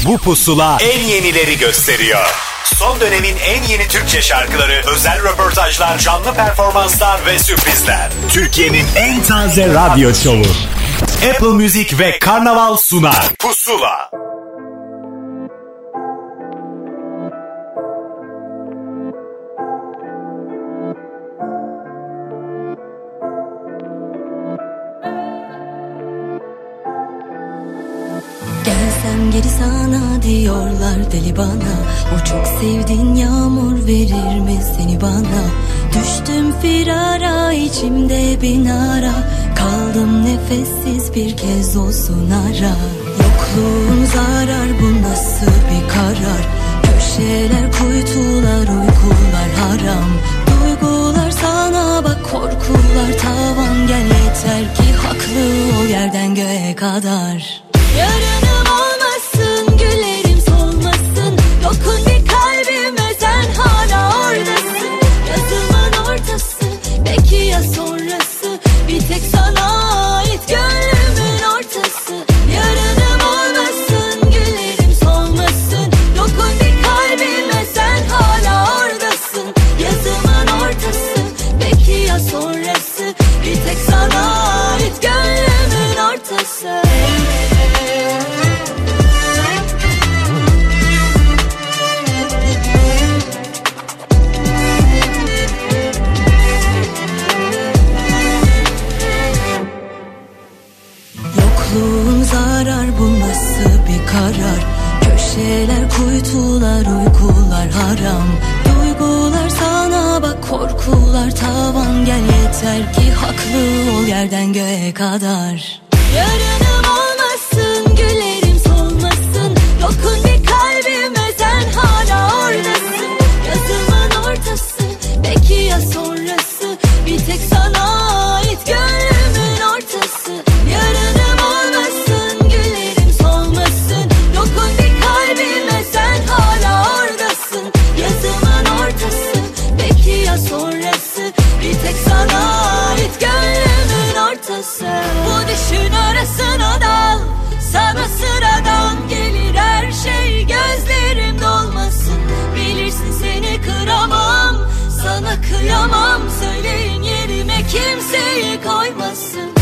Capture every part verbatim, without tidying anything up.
Bu pusula en yenileri gösteriyor. Son dönemin en yeni Türkçe şarkıları, özel röportajlar, canlı performanslar ve sürprizler. Türkiye'nin en taze radyo şovu. Apple Music ve Karnaval sunar. Pusula. Gelsem geri sana diyorlar deli bana. O çok sevdiğin yağmur verir mi seni bana? Düştüm firara, içimde bin ara. Kaldım nefessiz, bir kez olsun ara. Yokluğun zarar, bu nasıl bir karar? Köşeler, kuytular, uykular haram. Duygular sana bak, korkular tavan. Gel yeter ki haklı ol yerden göğe kadar. Yarınım olmasın, güllerim solmasın. Dokun bir kalbime, sen hala oradasın. Yazımın ortası, belki ya sonrası. Bir tek sana ait gönlümün ortası. Yarınım olmasın, güllerim solmasın. Dokun bir kalbime, sen hala oradasın. Yazımın ortası, belki ya sonrası. Bir tek sana ait gönlümün ortası. Yokluğun zarar, bu nasıl bir karar? Köşeler, kuytular, uykular haram. Duygular sana bak, korkular tavan. Gel yeter ki haklı ol yerden göğe kadar. Yarınım olmasın, güllerim solmasın. Dokun bir kalbime, sen hala oradasın. Yazımın ortası, belki ya sonrası. Bir tek sana ait gönlümün ortası. Yarınım olmasın, güllerim solmasın. Dokun bir kalbime, sen hala oradasın. Yazımın ortası, belki ya sonrası. Bir tek sana ait gönlümün ortası. Bu düşün arasına dal, sana sıradan gelir her şey. Gözlerim dolmasın, bilirsin seni kıramam. Sana kıyamam, söyleyin yerime kimseyi koymasın.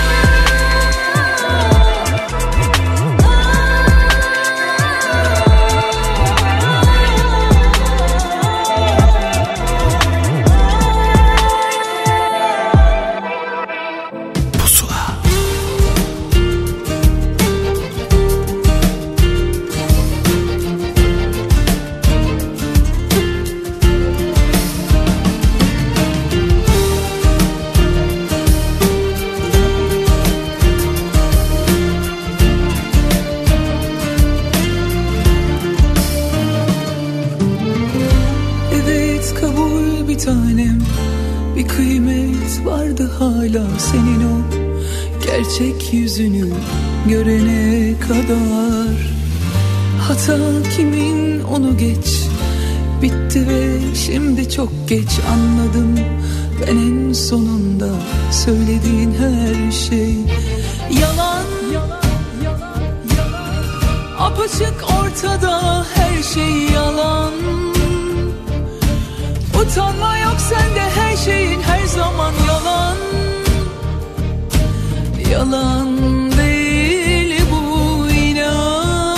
Tanem, bir kıymet vardı hala senin o gerçek yüzünü görene kadar. Hata kimin onu geç, bitti ve şimdi çok geç anladım. Ben en sonunda söylediğin her şey yalan, yalan, yalan, yalan. Apaçık ortada her şey yalan. Utanma yok sende, her şeyin her zaman yalan. Yalan değil bu, inan.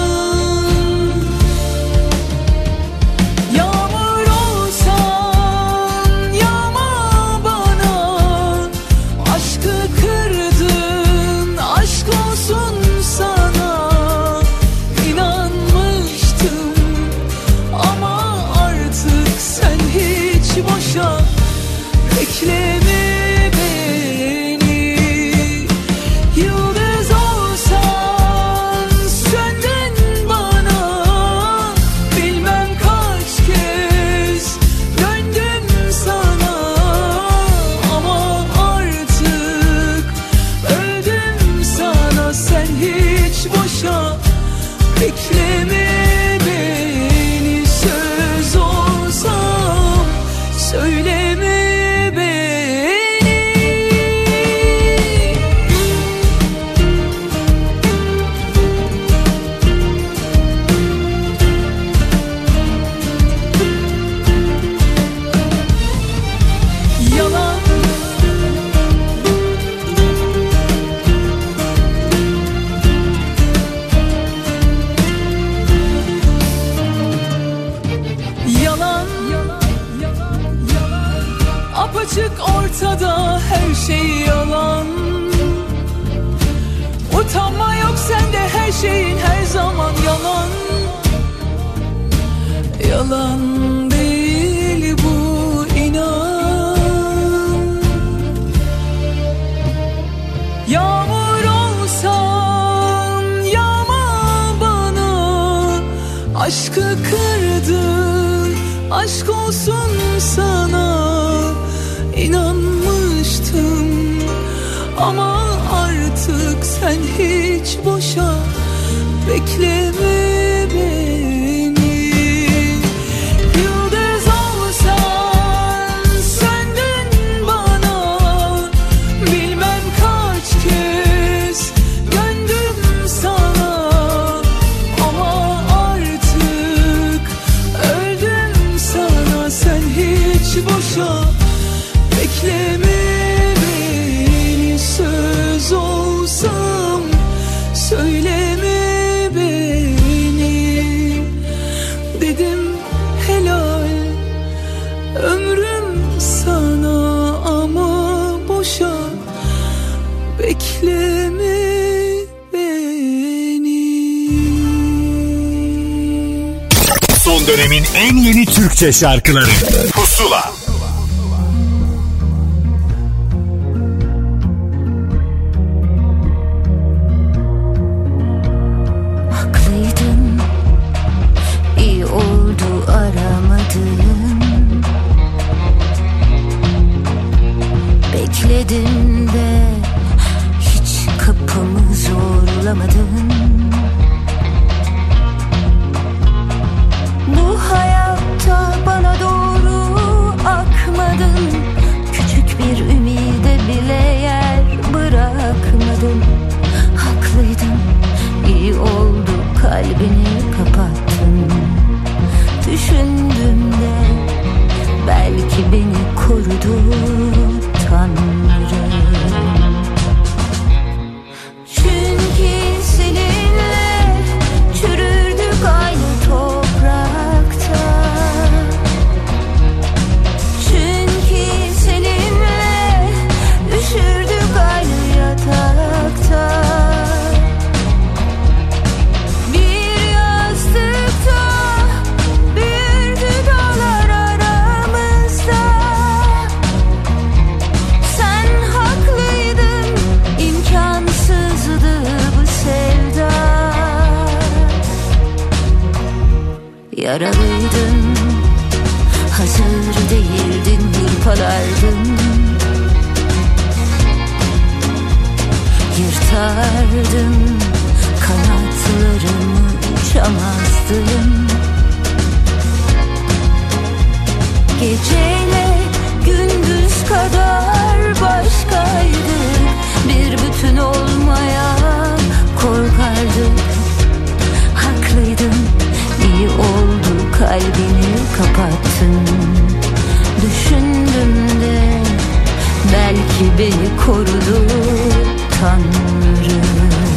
Yağmur olsan yağma bana. Aşkı kırdın, aşk olsun sana. İnanmıştım ama artık sen hiç boşa bekleme beni. Yıldız olsan senden bana, bilmem kaç kez döndüm sana. Ama artık öldüm sana, sen hiç boşa bekleme beni. Söz olsam söyleme beni. şeyin her zaman yalan. Yalan değil bu, inan. Yağmur olsan yağma bana, aşkı kırdın, aşk olsun sana. İnanmıştım ama artık sen hiç boşa bekleme beni. Yıldız olsan söndün bana, bilmem kaç kez döndüm sana. Ama artık öldüm sana, sen hiç boşa bekleme beni. Söz olsam söyleme beni. Dedim helal ömrüm sana, ama boşa bekleme beni. Son dönemin en yeni Türkçe şarkıları Pusula. Bekledim de hiç kapımı zorlamadın. Bu hayatta bana doğru akmadın. Küçük bir ümide bile yer bırakmadın. Haklıydın, iyi oldu kalbini kapattın. Düşündüm de belki beni korudu Tanrım. Çünkü seninle çürürdük aynı toprakta. Çünkü seninle üşürdük aynı yatakta. Bir yastıkta büyürdü dağlar aramızda. Sen haklıydın, imkansızdı bu sevda. Yaralıydın, hazır değildin, hırpalardın. Yırtardın kanatlarımı, uçamazdın. Geceyle gündüz kadar başkaydık. Bir bütün olmaya korkardık. Haklıydın, iyi oldu kalbini kapattın. Düşündüm de belki beni korudu Tanrım.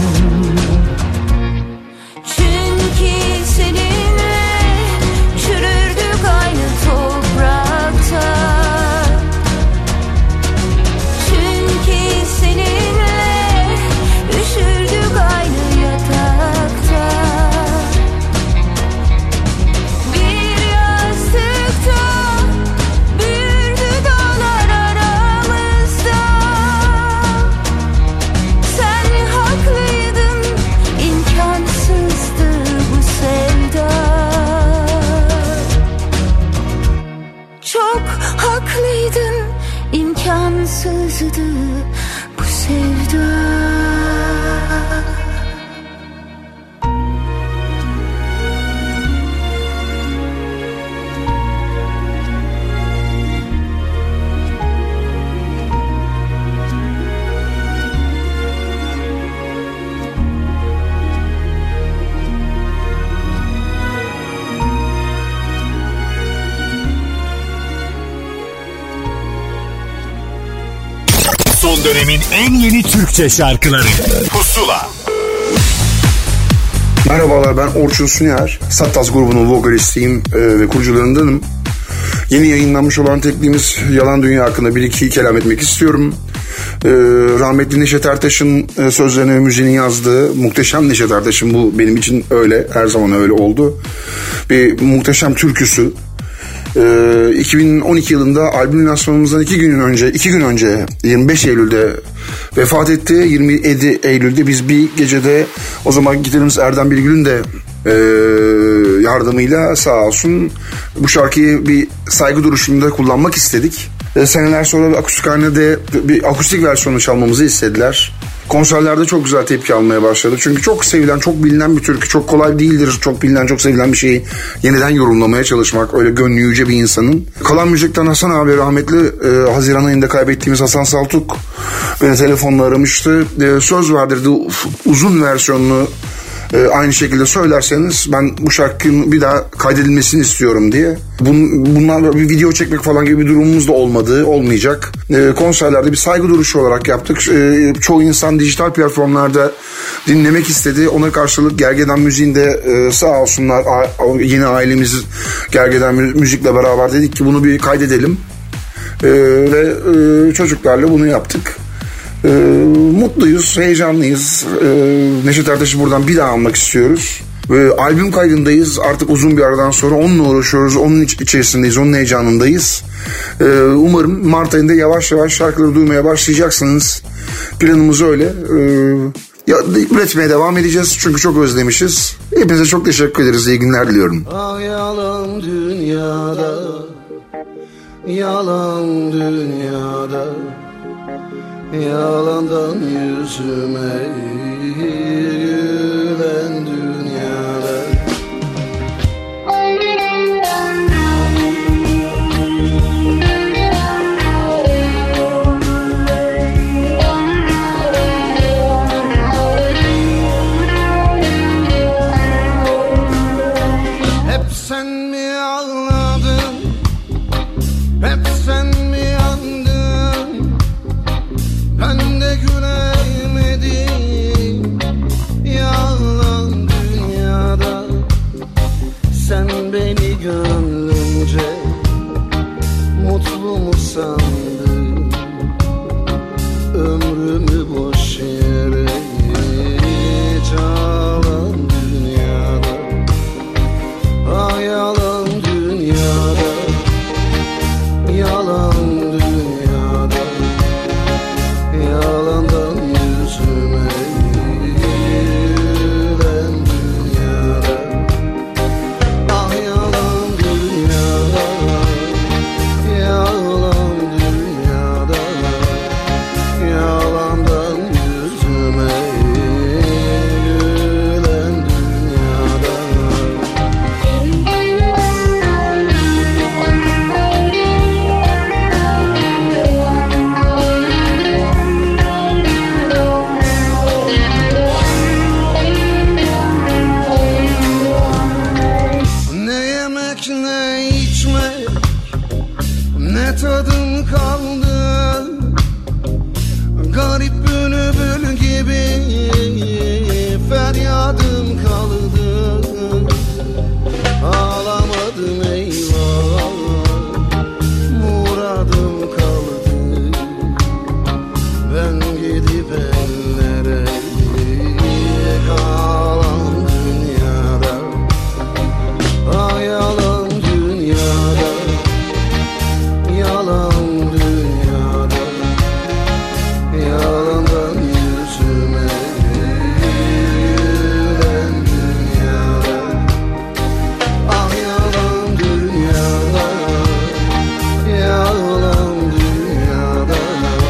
Çünkü seninle çürürdük aynı toprakta. Çünkü seninle üşürdük aynı yatakta. Bir yastıkta büyürdü dağlar aramızda. Sen haklıydın, imkansızdı bu sevda. Çok haklıydın, imkansızdı bu sevda. Son dönemin en yeni Türkçe şarkıları Pusula. Merhabalar, ben Orçun Süner. Sattaz grubunun vokalistiyim e, ve kurucularındanım. Yeni yayınlanmış olan tekliğimiz Yalan Dünya hakkında bir iki kelam etmek istiyorum. Ee, rahmetli Neşet Ertaş'ın e, sözlerine ve müziğini yazdığı, muhteşem Neşet Ertaş'ın, bu benim için öyle, her zaman öyle oldu. Bir muhteşem türküsü. Ee, iki bin on iki yılında albüm lansmanımızdan iki gün önce, iki gün önce yirmi beş Eylül'de vefat etti. yirmi yedi Eylül'de biz bir gecede, o zaman gitarımız Erdem Bilgül'ün de e, yardımıyla sağ olsun bu şarkıyı bir saygı duruşunda kullanmak istedik. E, seneler sonra bir akustikhanede bir akustik versiyonu çalmamızı istediler. Konserlerde çok güzel tepki almaya başladık. Çünkü çok sevilen, çok bilinen bir türkü. Çok kolay değildir çok bilinen, çok sevilen bir şeyi yeniden yorumlamaya çalışmak. Öyle gönlü yüce bir insanın. Kalan Müzik'ten Hasan abi, rahmetli e, Haziran ayında kaybettiğimiz Hasan Saltuk beni telefonla aramıştı. E, söz verdirdi, uzun versiyonunu e, aynı şekilde söylerseniz ben bu şarkının bir daha kaydedilmesini istiyorum diye. Bun, bunlarla bir video çekmek falan gibi bir durumumuz da olmadı, olmayacak. E, konserlerde bir saygı duruşu olarak yaptık. E, çoğu insan dijital platformlarda dinlemek istedi. Ona karşılık Gergedan Müziğin de e, sağ olsunlar, a, yeni ailemiz Gergedan Müzik'le beraber dedik ki bunu bir kaydedelim. E, ve e, çocuklarla bunu yaptık. E, mutluyuz, heyecanlıyız. E, Neşet Ertaş'ı buradan bir daha almak istiyoruz. Ve albüm kaydındayız. Artık uzun bir aradan sonra onunla uğraşıyoruz. Onun iç- içerisindeyiz. Onun heyecanındayız. Ee, umarım Mart ayında yavaş yavaş şarkıları duymaya başlayacaksınız. Planımız öyle. Ee, ya, üretmeye devam edeceğiz. Çünkü çok özlemişiz. Hepinize çok teşekkür ederiz. İyi günler diliyorum. Ah yalan dünyada, yalan dünyada, yalandan yüzüme gülen dünyada. Hep sen mi ağladın, hep sen mi yandın, ben de gülemedim. Yalan dünyada, sen beni gönlünce mutlu mu sandın? Ömrümü boş yere çalan dünyada. Ah yalan dünyada, yalan dünyada, yalandan yüzüme gülen dünyada. Ah yalan dünyada, yalan dünyada, yalandan yüzüme gülen dünyada. Ne yemek ne içmek, ne tadım kaldı. Garip bülbül gibi feryadım kaldı. Ağlamadım eyvah, muradım kaldı. Ben gidip ellere kalan dünyada. Ah yalan dünyada, yalan dünyada, yalandan yüzüme gülen dünyada. Ah yalan dünyada, yalan dünyada,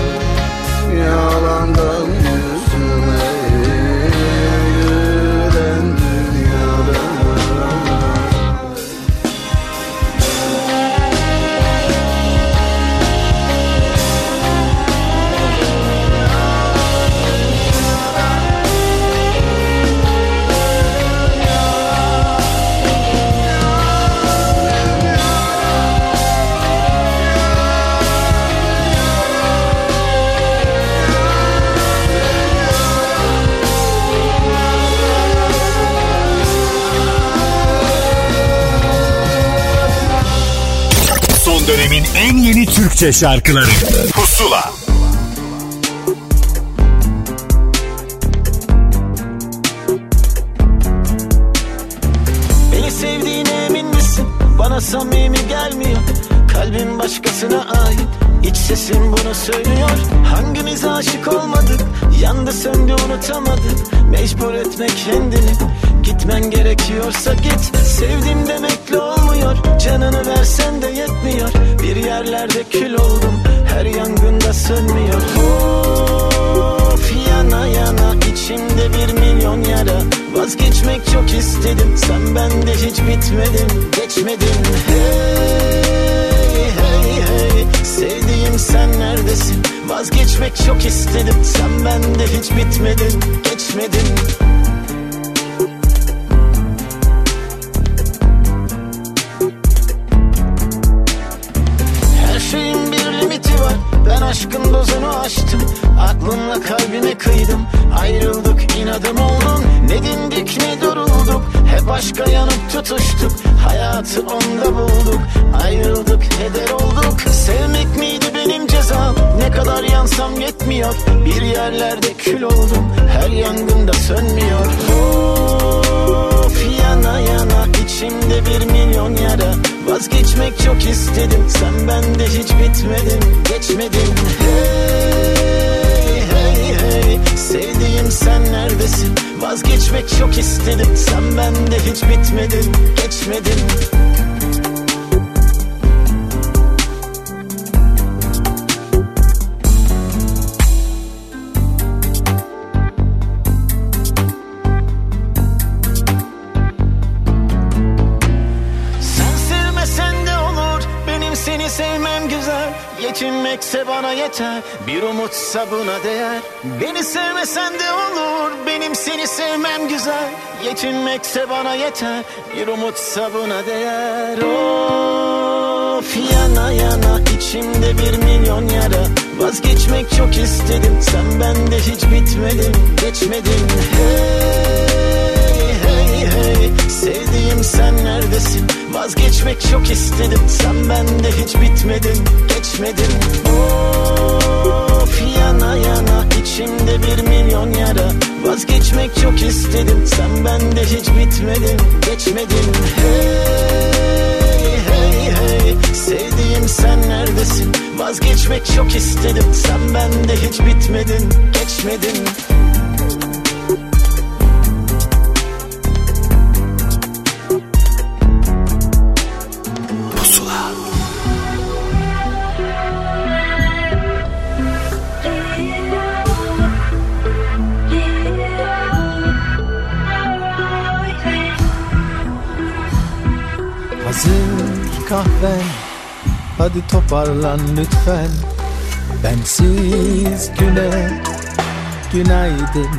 yalandan yüzüme gülen dünyada. Son dönemin en yeni Türkçe şarkıları Pusula. bana samimi gelmiyor. Kalbim başkasına ait, İç sesim bunu söylüyor. Hangimiz aşık olmadık, yandı söndü unutamadık. Mecbur etme kendini, gitmen gerekiyorsa git. Sevdim demekle olmuyor, canını versen de yetmiyor. Bir yerlerde kül oldum, her yangında sönmüyor. Of yana yana içimde bir milyon yara. Vazgeçmek çok istedim, sen bende hiç bitmedin, geçmedin. Hey hey hey, sevdiğim sen neredesin? Vazgeçmek çok istedim, sen bende hiç bitmedin, geçmedin. Her şeyin bir limiti var, ben aşkın dozunu aştım. Aklımla kalbime kıydım, ayrıldık inadım oldun. Ne dindik ne durulduk, hep aşka yanıp tutuştuk. Hayatı onda bulduk, ayrıldık heder olduk. Sevmek miydi benim cezam, ne kadar yansam yetmiyor. Bir yerlerde kül oldum, her yangında sönmüyor. Of yana yana içimde bir milyon yara. Vazgeçmek çok istedim, sen bende hiç bitmedin, geçmedin. Hey hey hey, sevdiğim sen neredesin? Vazgeçmek çok istedim, sen bende hiç bitmedin, geçmedin. Seni sevmem güzel, yetinmekse bana yeter. Bir umutsa buna değer. Beni sevmesen de olur, benim seni sevmem güzel. Yetinmekse bana yeter, bir umutsa buna değer. Of yana yana içimde bir milyon yara. Vazgeçmek çok istedim, sen bende hiç bitmedin, geçmedin. Hey hey hey, sevdiğim sen neredesin? Vazgeçmek çok istedim, sen bende hiç bitmedin, geçmedin. Of yana yana içimde bir milyon yara. Vazgeçmek çok istedim, sen bende hiç bitmedin, geçmedin. Hey hey hey, sevdiğim sen neredesin? Vazgeçmek çok istedim, sen bende hiç bitmedin, geçmedin. Hazır kahven, hadi toparlan lütfen. Bensiz güne günaydın.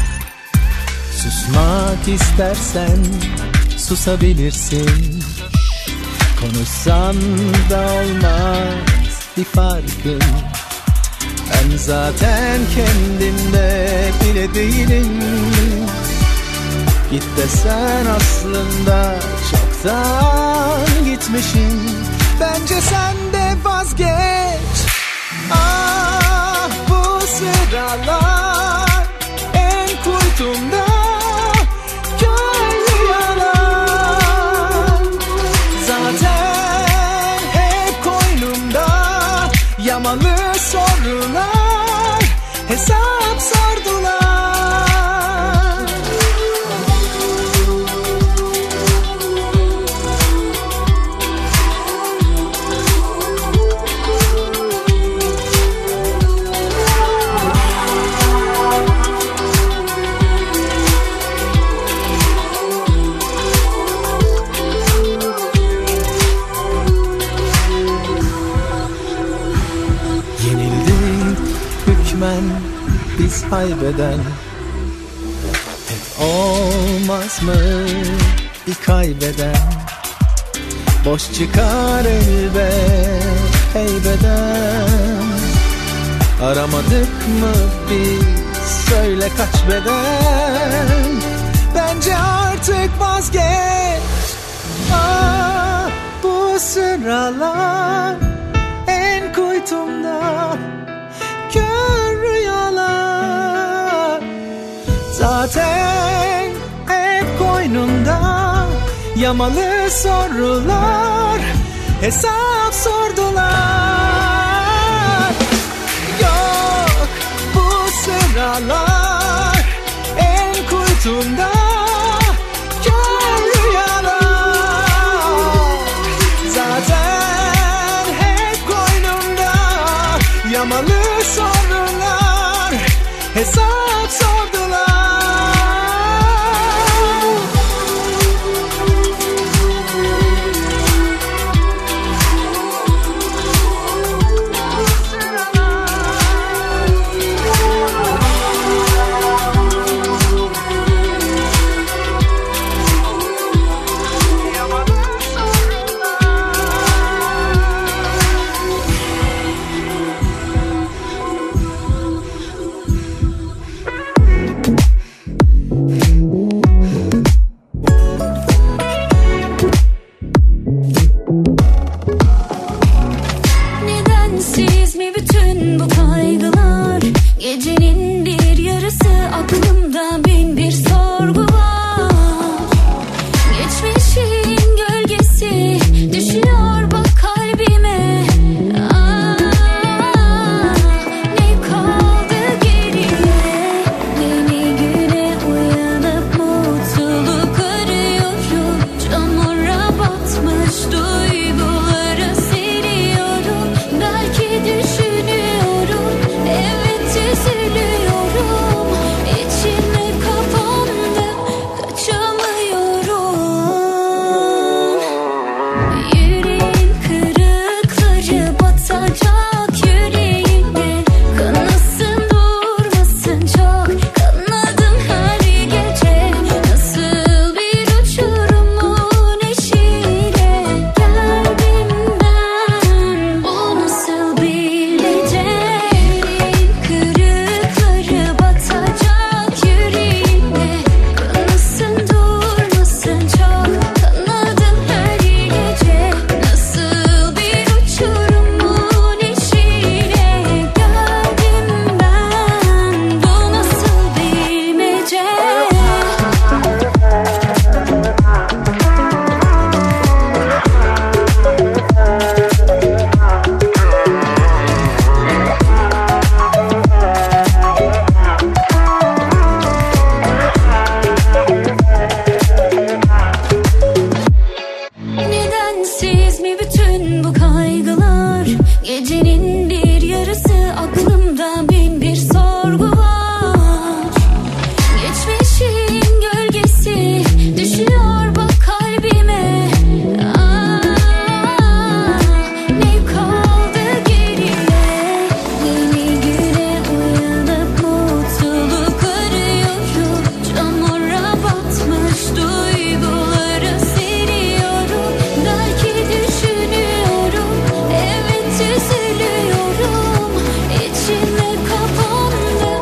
Susmak istersen susabilirsin. Konuşsan da olmaz bir farkın. Ben zaten kendimde bile değilim. Git desen aslında çoktan gitmişim. Bence sen de vazgeç. Ah bu sıralar en kuytumda kör rüyalar. Zaten hep koynumda yamalı sorular, hesap sordular. Biz kaybeden hep olmaz mı bir kaybeden? Boş çıkar elbet heybeden. Aramadık mı biz, söyle kaç beden? Bence artık vazgeç. Ah bu sıralar en kuytumda kör rüyalar. Zaten hep koynunda Yamalı sorular, hesap sordular. Yok bu sıralar en kuytumda kör rüyalar. Zaten hep koynumda yamalı sorular, hesap sordular. Gecenin bir yarısı aklımda bin bir sorgu var. Geçmişin gölgesi düşüyor bak kalbime. Aa, ne kaldı geriye? Yeni güne uyanıp mutluluk arıyorum. Çamura batmış duyguları siliyorum. Belki düşünüyorum, evet üzülüyorum. İçime kapandım, kaçamıyorum. Yüreğin kırıkları batacak yüreğime. Kanasın durmasın çok, kanadım her gece. Nasıl bir uçurumun eşiğine geldim ben, bu nasıl bilece? Yüreğin kırıkları batacak yüreğime. Kanasın durmasın çok, kanadım her gece. Nasıl bir uçurumun eşiğine geldim ben, bu nasıl bilmece? Nedensiz mi bütün bu kaygılar? Gecenin bir yarısı aklımda bin bir sorgu var. Geçmişin gölgesi düşüyor bak kalbime. Aa, ne kaldı geriye? Yeni güne uyanıp mutluluk arıyorum. Çamura batmış duyguları siliyorum. Belki düşünüyorum, evet üzülüyorum. İçime kapandım,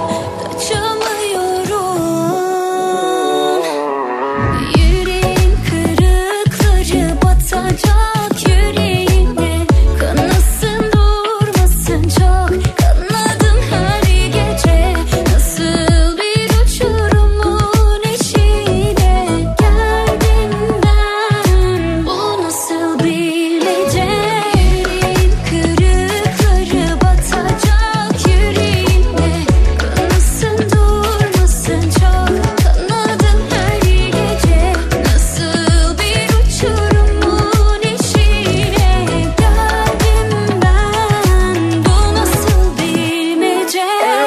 kaçamıyorum. Yüreğin kırıkları batacak yüreğime. Kanasın durmasın çok, kanadım her gece. Nasıl bir uçurumun eşiğine geldim ben, bu nasıl bilmece? Yüreğin kırıkları batacak yüreğime. Kanasın durmasın çok, kanadım her gece. Nasıl bir uçurumun eşiğine geldim ben, bu nasıl bilmece?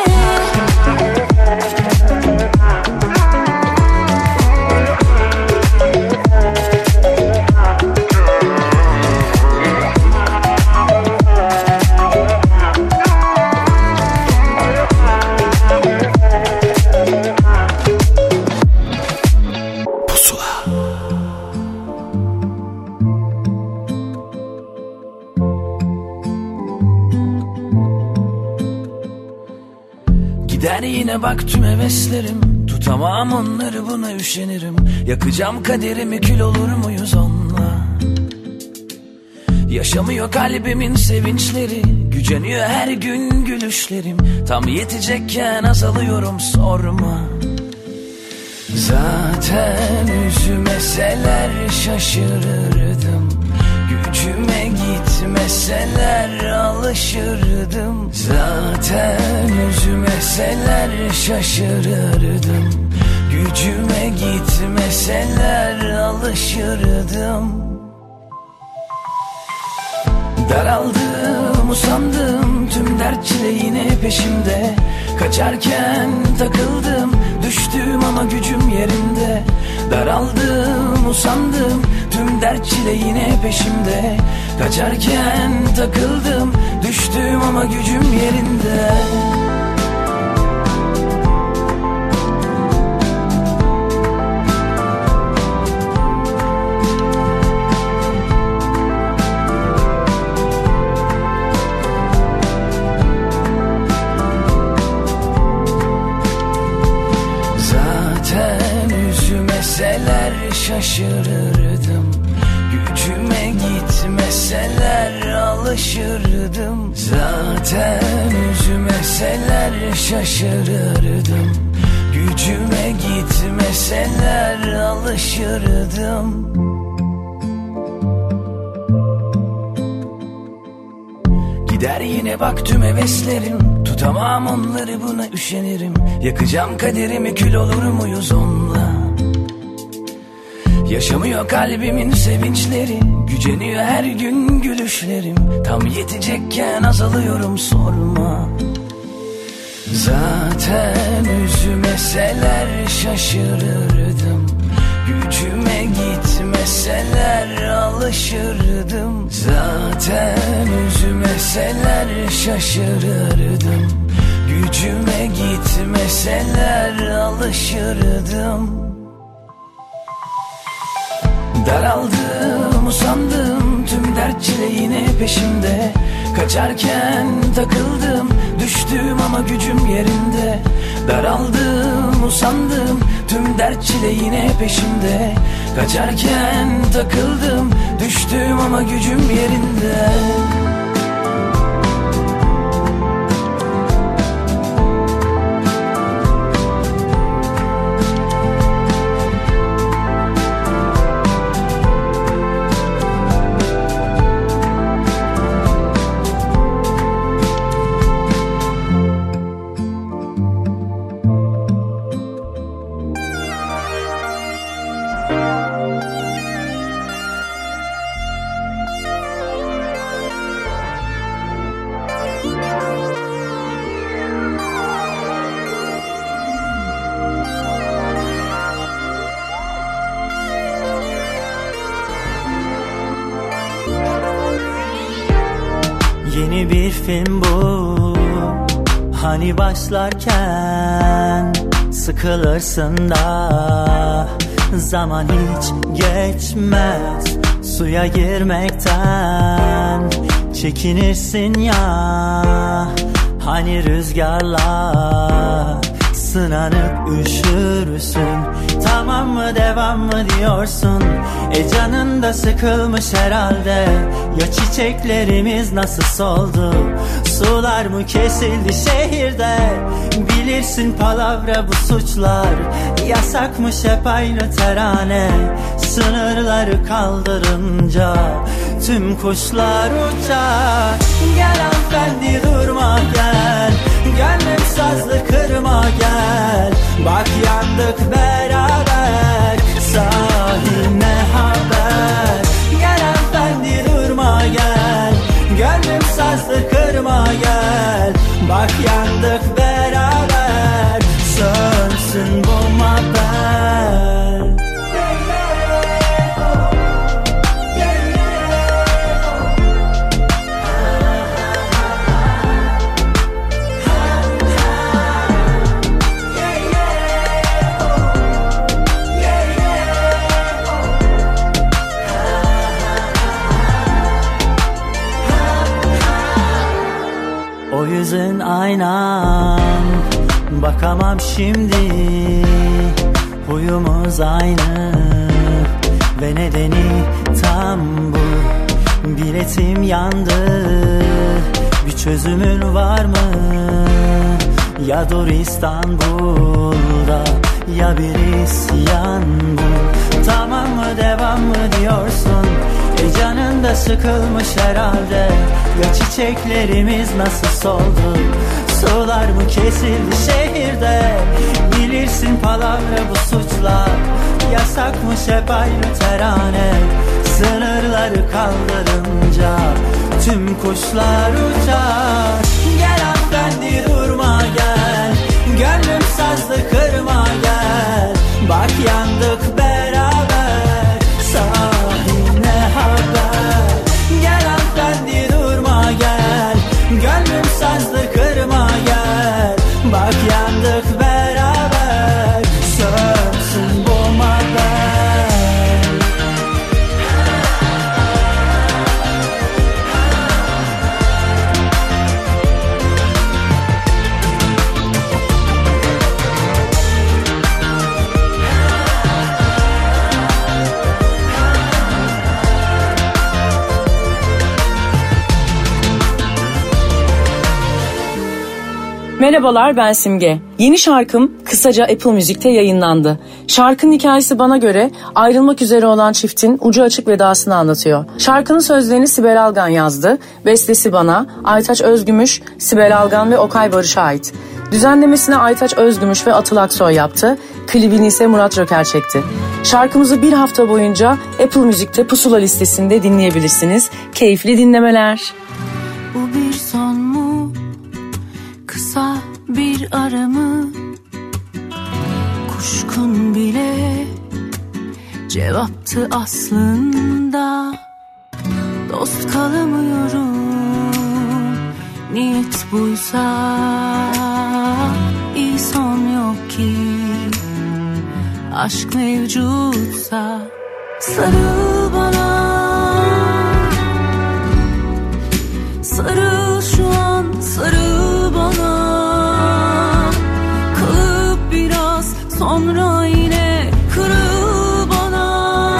Gider yine bak tüm heveslerim, tutamam onları, buna üşenirim. Yakacağım kaderimi, kül olur muyuz onunla? Yaşamıyor kalbimin sevinçleri, güceniyor her gün gülüşlerim. Tam yetecekken azalıyorum, sorma. Zaten üzümeseler şaşırırdım. Gücüme gitmeseler alışırdım. Zaten üzmeseler şaşırırdım. Gücüme gitmeseler alışırdım. Daraldım, usandım, tüm dert çile yine peşimde. Kaçarken takıldım, düştüm ama gücüm yerinde. Daraldım, usandım, tüm dert çile yine peşimde. Kaçarken takıldım, düştüm ama gücüm yerinde. Şaşırırdım. Gücüme gitmeseler alışırdım. Zaten üzmeseler şaşırırdım. Gücüme gitmeseler alışırdım. Gider yine bak tüm heveslerim. Tutamam onları, buna üşenirim. Yakacağım kaderimi, kül olur muyuz onunla? Yaşamıyor kalbimin sevinçleri, güceniyor her gün gülüşlerim. Tam yetecekken azalıyorum, sorma. Zaten üzmeseler şaşırırdım. Gücüme gitmeseler alışırdım. Zaten üzmeseler şaşırırdım. Gücüme gitmeseler alışırdım. Daraldım, usandım, tüm dert çile yine peşimde. Kaçarken takıldım, düştüm ama gücüm yerinde. Daraldım, usandım, tüm dert çile yine peşimde. Kaçarken takıldım, düştüm ama gücüm yerinde. Yeni bir film bu, hani başlarken sıkılırsın da zaman hiç geçmez. Suya girmekten çekinirsin ya, hani rüzgarla sınanıp üşürsün. Tamam mı devam mı diyorsun, e canın da sıkılmış herhalde. Ya çiçeklerimiz nasıl soldu, sular mı kesildi şehirde. Bilirsin palavra bu suçlar, yasakmış hep aynı terane. Sınırları kaldırınca tüm kuşlar uçar. Gel hanımefendi durma gel, gönlüm sazlı kırma gel. Bak yandık beraber, sahil ne haber. Gel hanımefendi durma gel, gönlüm sazlı kırma gel. Bak yandık beraber, sönsün bu haber. O yüzün aynan, bakamam şimdi. Huyumuz aynı ve nedeni tam bu. Biletim yandı, bir çözümün var mı? Ya dur İstanbul'da ya bir isyan bu. Tamam mı devam mı diyorsun? E canın da sıkılmış herhalde. Ya çiçeklerimiz nasıl soldu? Sular mı kesildi şehirde? Bilirsin palavra bu suçlar. Yasakmış hep aynı terane. Sınırları kaldırınca tüm kuşlar uçar. Gel hanımefendi durma gel. Gönlüm sazlı kırma gel. Bak yandık beraber. Sahi ne haber? Gel hanımefendi durma gel. Gönlüm sazlı kırma gel. Bak yandık beraber. Sönsün bu maden. Merhabalar, ben Simge. Yeni şarkım kısaca Apple Music'te yayınlandı. Şarkının hikayesi bana göre ayrılmak üzere olan çiftin ucu açık vedasını anlatıyor. Şarkının sözlerini Sibel Algan yazdı. Bestesi bana, Aytaç Özgümüş, Sibel Algan ve Okay Barış'a ait. Düzenlemesini Aytaç Özgümüş ve Atıl Aksoy yaptı. Klibini ise Murat Joker çekti. Şarkımızı bir hafta boyunca Apple Music'te Pusula listesinde dinleyebilirsiniz. Keyifli dinlemeler. Bu bir son mu? Kısa bir ara mı? Kuşkun bile cevaptı aslında. Dost kalamıyorum, niyet buysa iyi son yok ki. Aşk mevcutsa sarıl bana, sarıl şu an, sarıl bana. Kalıp biraz sonra yine kırıl bana.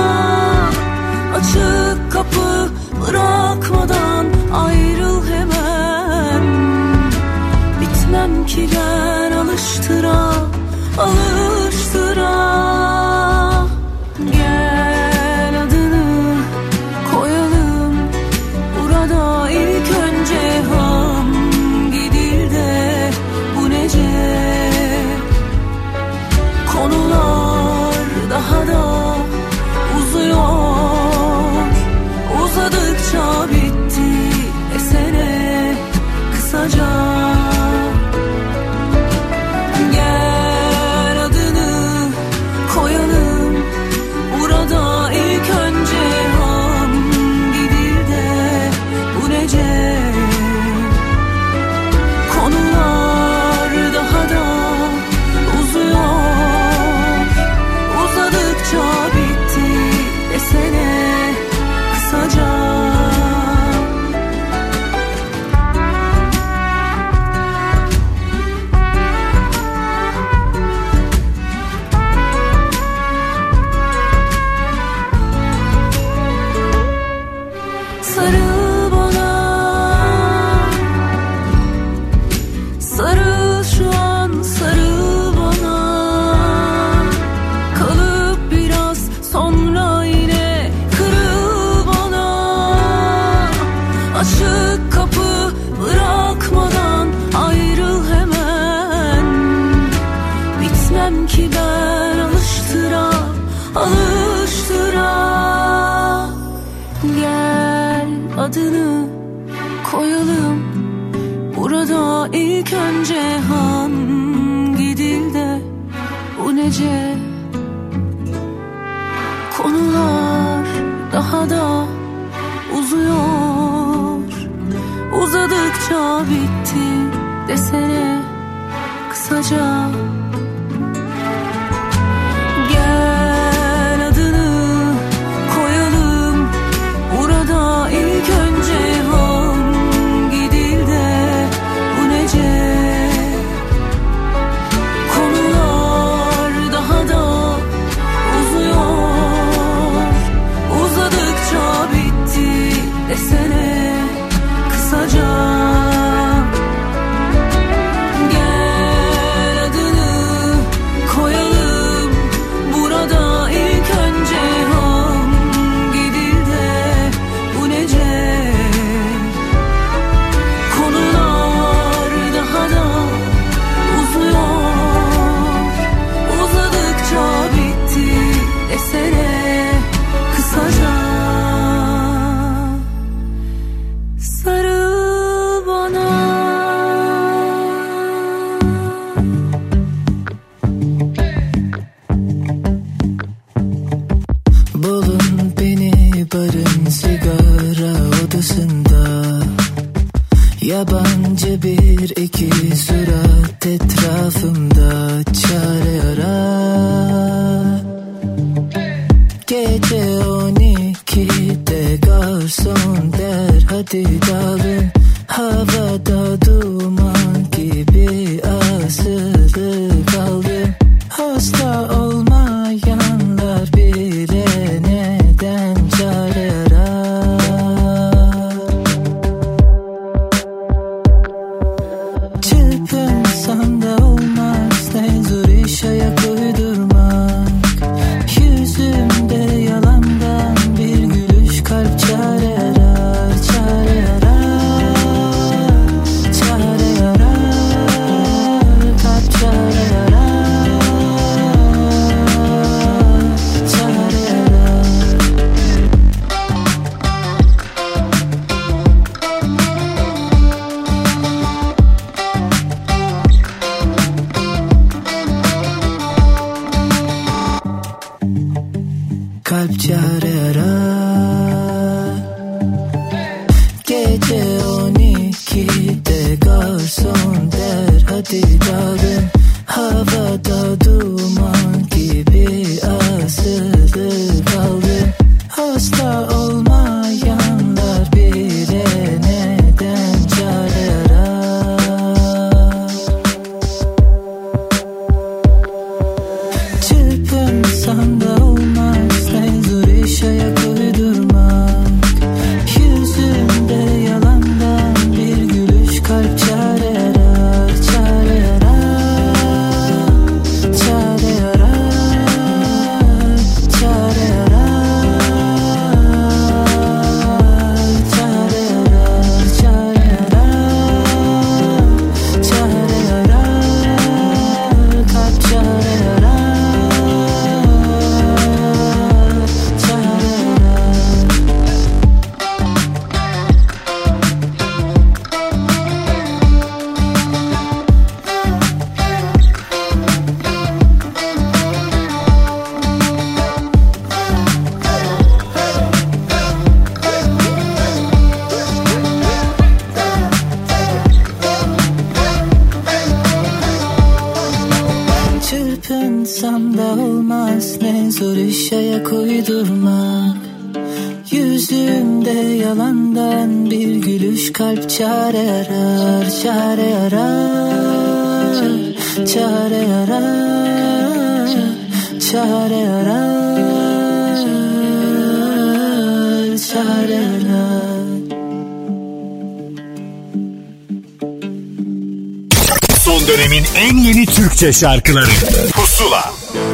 Açık kapı bırakmadan ayrıl hemen. Bitmem ki ben alıştıra, alıştıra. Gel adını koyalım burada ilk önce. Hangi dilde bu nece? Konular daha da uzuyor. Uzadıkça bitti desene kısaca. Gel adını koyalım burada ilk önce. Hangi dilde bu nece? Konular daha da uzuyor. Uzadıkça bitti desene kısaca. Sarıl bana, sarıl şu an, sarıl bana. Kalıp biraz sonra yine kırıl bana. Açık kapı bırakmadan ayrıl hemen. Bitmem ki ben alıştıra, alıştıra. Gel adını koyalım burada ilk önce. Hangi dilde bu nece? Konular daha da uzuyor. Uzadıkça bitti desene kısaca. Gel adını koyalım burada ilk önce. Hangi dilde bu nece? Konular daha da uzuyor. Uzadıkça bitti desene kısaca. Gel adını Gece on ikide garson der hadi dağılın. Havada duman gibi asılı kaldı. Hasta olmayanlar bile neden çare arar? Çırpınsam da olmaz, en zor iş ayak uydurmak. Yüzümde yalandan bir gülüş, kalp çare arar, çare arar, çare arar, kalp çare arar, çare arar. Kalp çare arar. Gece on ikide garson der hadi dağılın. Havada duman gibi asılı kaldı. Hasta olmayanlar bile neden çare arar? Çırpınsam da olmaz, en zor iş ayak uydurmak. Yüzümde yalandan bir gülüş, kalp çare arar, çare arar, çare arar, çare arar, çare arar, çare arar, çare arar, kalp çare arar, çare arar. Çırpınsam da olmaz, ne zor iş ayak uydurmak. Yüzümde yalandan bir gülüş, kalp çare arar, çare arar, çare arar, çare arar, çare arar. Son dönemin en yeni Türkçe şarkıları Pusula.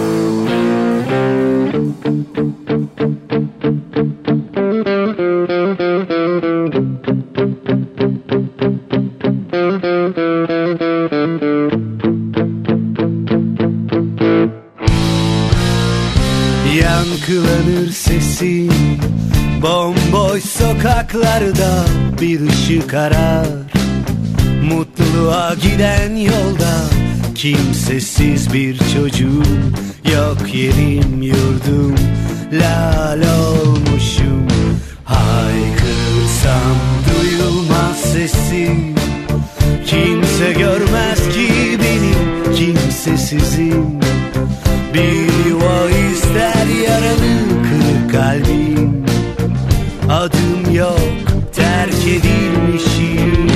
Yankılanır sesin bomboş sokaklarda, bir ışık arar. Mutluluğa giden yolda kimsesiz bir çocuğum, yok yerim yurdum, lal olmuşum. Haykırsam duyulmaz sesim, kimse görmez ki benim kimsesizim. Bir yuva ister yaralı kırık kalbim, adım yok, terk edilmişim.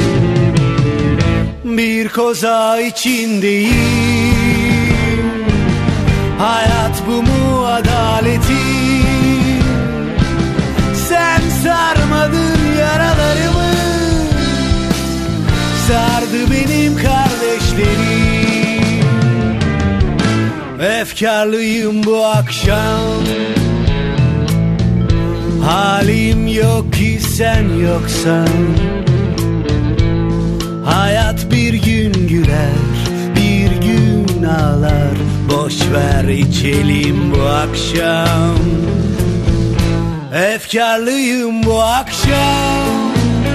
Bir koza içindeyim, hayat bu mu adaletin? Sen sarmadın yaralarımı, sardı benim kardeşlerim. Efkarlıyım bu akşam, halim yok ki sen yoksan. Hayat bir gün güler, bir gün ağlar. Boş ver içelim bu akşam. Efkarlıyım bu akşam,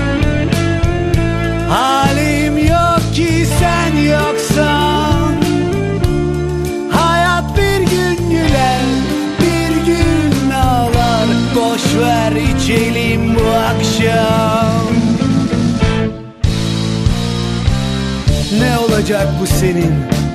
halim yok ki sen yoksan. Hayat bir gün güler, bir gün ağlar. Boş ver içelim bu akşam. Ne olacak bu senin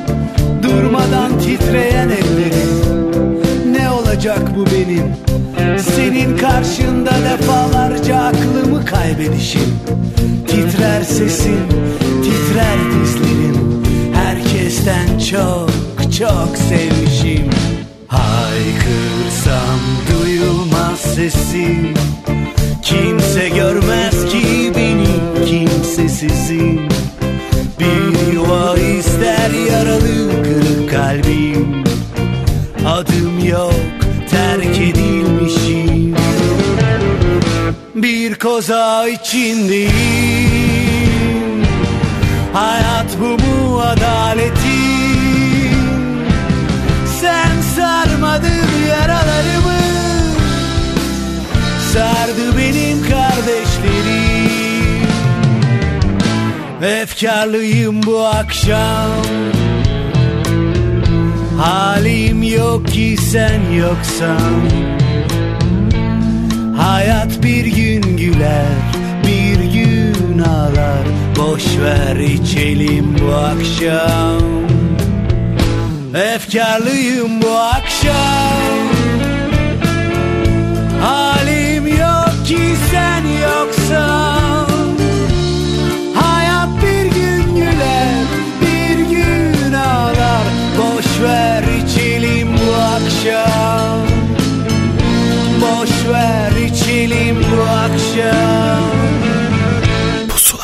durmadan titreyen ellerin? Ne olacak bu benim Senin karşında defalarca aklımı kaybedişim. Titrer sesim, titrer dizlerim. Herkesten çok çok sevmişim. Haykırsam duyulmaz sesim. Kimse görmez ki benim kimsesizim. Bir yuva ister yaralı kırık kalbim. Adım yok, terk edilmişim. Bir koza içindeyim. Hayat bu mu adaletim? Sen sarmadın yaralarımı. Sardı benim kardeşlerim. Efkarlıyım bu akşam. Halim yok ki sen yoksan. Hayat bir gün güler, bir gün ağlar. Boş ver içelim bu akşam. Efkarlıyım bu akşam. Halim yok ki sen yoksan. Hayat bir gün güler, bir gün ağlar. Boş ver içelim bu akşam. Boş ver içelim bu akşam. Pusula.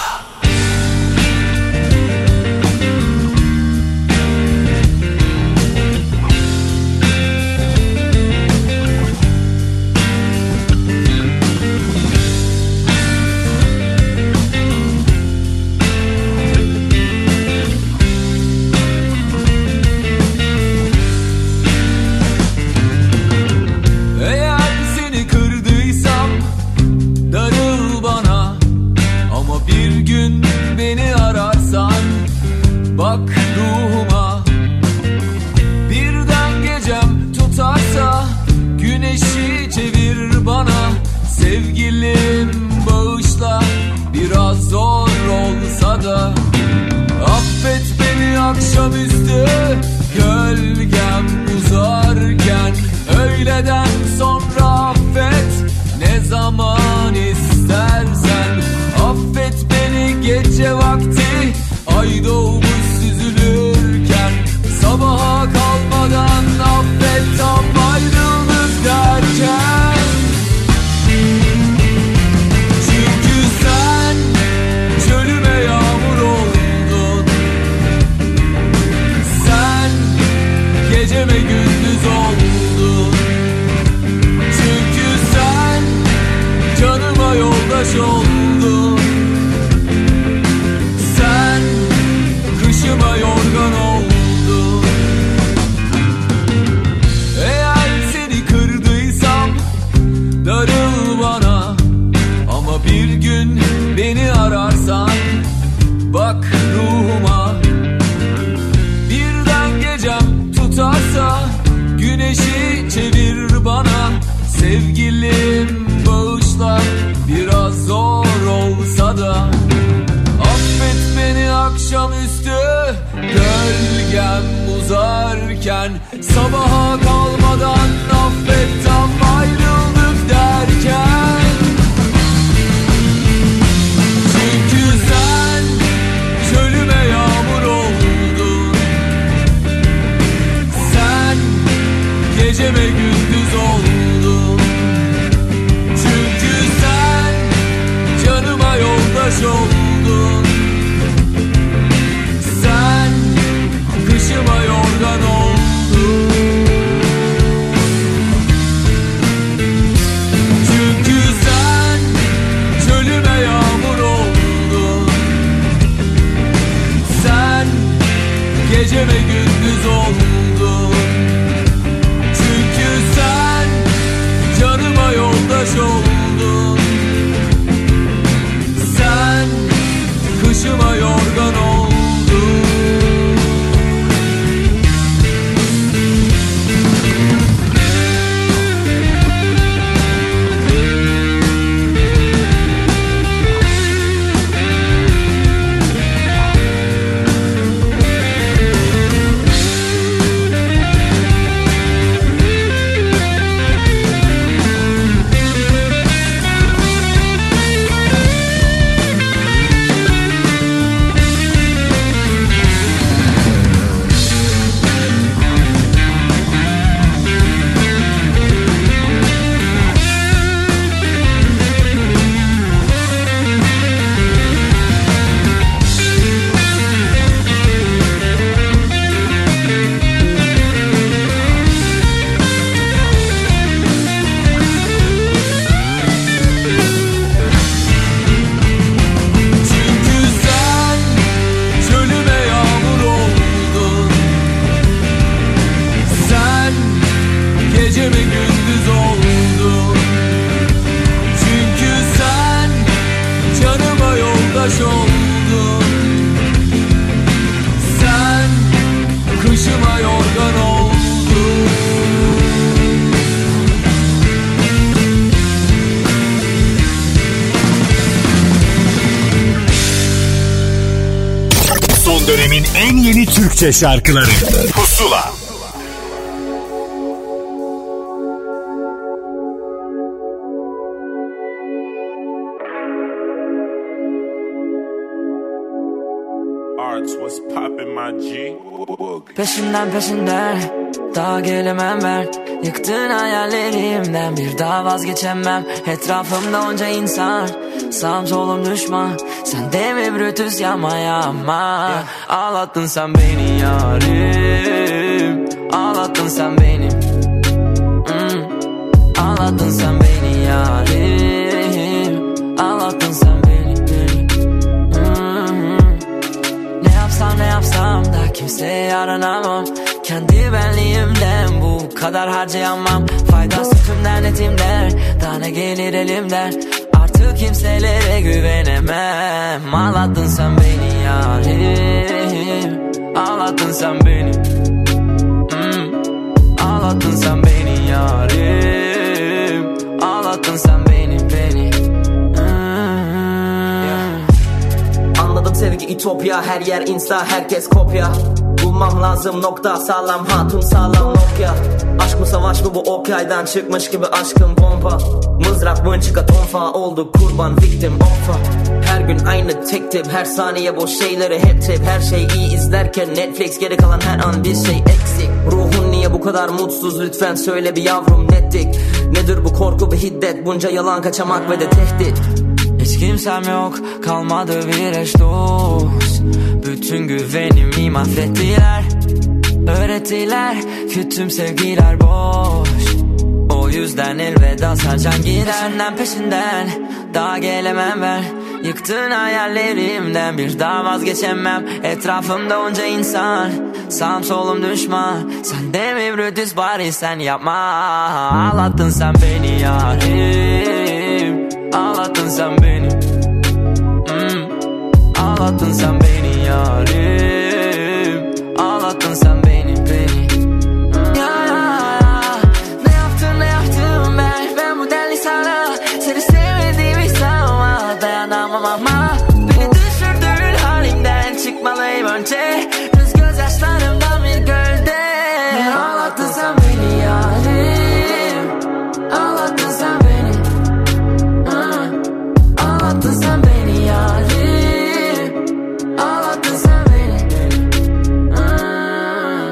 Bak ruhuma, birden gecem tutarsa güneşi çevir bana. Sevgilim bağışla, biraz zor olsa da. Affet beni akşamüstü, gölgem uzarken. Öğleden sonra affet, ne zaman istersen. Affet beni gece vakti, ay doğmuş süzülürken. Sabaha kalmadan affet, tam ayrıldık derken. Çünkü sen çölüme yağmur oldun. Sen geceme gündüz oldun. Çünkü sen canıma yoldaş oldun. Sen kışıma yorgan oldun. Eğer seni kırdıysam darıl bana. Ama bir gün beni ararsan bak ruhuma. Birden gecem tutarsa güneşi çevir bana. Sevgilim bağışla, biraz zor olsa da. Affet beni akşamüstü, gölgem uzarken. Sabaha kalmadan affet, tam ayrıldık derken. Çünkü sen çölüme en yeni Türkçe şarkıları Pusula. Peşinden peşinden daha gelemem ben. Yıktığın hayallerimden bir daha vazgeçemem. Etrafımda onca insan, sağım solum düşman. Sen de mi Brutus yapma yapma. Ağlattın sen beni yarim, ağlattın sen beni. hmm. Ağlattın sen beni yarim, ağlattın sen beni, beni. Hmm. Ne yapsam ne yapsam da kimseye yaranamam. Kendi benliğimden bu kadar harcayamam. Faydası tümden etimden, daha ne gelir elimden. Artık kimselere güvenemem. Ağlattın sen beni yarim, ağlattın sen beni. hmm. Ağlattın sen beni yarim, ağlattın sen beni, beni. hmm. Anladım sevgi ütopya, her yer insta, herkes kopya. Bulmam lazım nokta, sağlam hatun sağlam Nokia. Aşk mı savaş mı bu ok yaydan çıkmış gibi aşkın bomba. Mızrak mınçıka tonfa olduk kurban victim offa. Her gün aynı tek tip, her saniye boş şeyleri hep tip. Her şey iyi izlerken Netflix, geri kalan her an bir şey eksik. Ruhun niye bu kadar mutsuz, lütfen söyle bir yavrum nettik. Nedir bu korku ve hiddet, bunca yalan kaçamak ve de tehdit. Hiç kimsem yok, kalmadı bir eş dost. Bütün güvenimi mahvettiler, öğrettiler ki tüm sevgiler boş. O yüzden elveda sarcan gider. Peşinden peşinden daha gelemem ben. Yıktığın hayallerimden bir daha vazgeçemem. Etrafımda onca insan, sağım solum düşman. Sen de mi Brutus, bari sen yapma. Ağlattın sen beni yarim, ağlattın sen beni. hmm. Ağlattın sen beni yarim, ağlattın sen beni, beni. hmm. ya, ya, ya. Ne yaptın ne yaptım ben, ben bu deli sana. Seni sevmediğimi sanma, dayanamam ama. Beni düşürdüğün halimden çıkmalıyım önce. Göz gözyaşlarımdan bir gölde. Ağlattın sen beni yarim, ağlattın sen beni. hmm. Ağlattın sen beni yarim, ağlattın sen beni. hmm.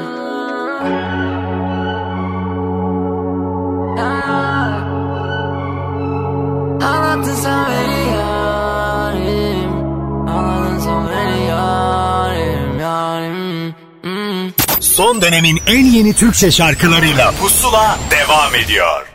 Ağlattın sen beni yarim, ağlattın sen beni yarim, yarim. hmm. Son dönemin en yeni Türkçe şarkılarıyla Pusula devam ediyor.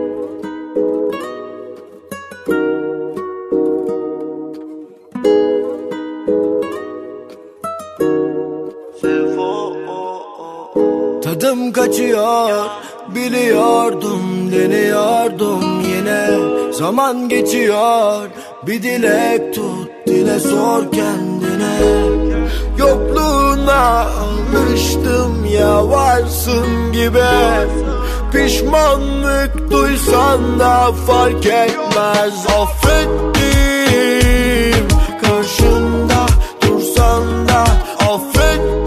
Tadım kaçıyor, biliyordum, deniyordum yine. Zaman geçiyor, bir dilek tut, dile sor kendine. Yokluğuna alıştım ya, varsın gibi. Pişmanlık duysan da fark etmez. Affettim, karşında dursan da affettim.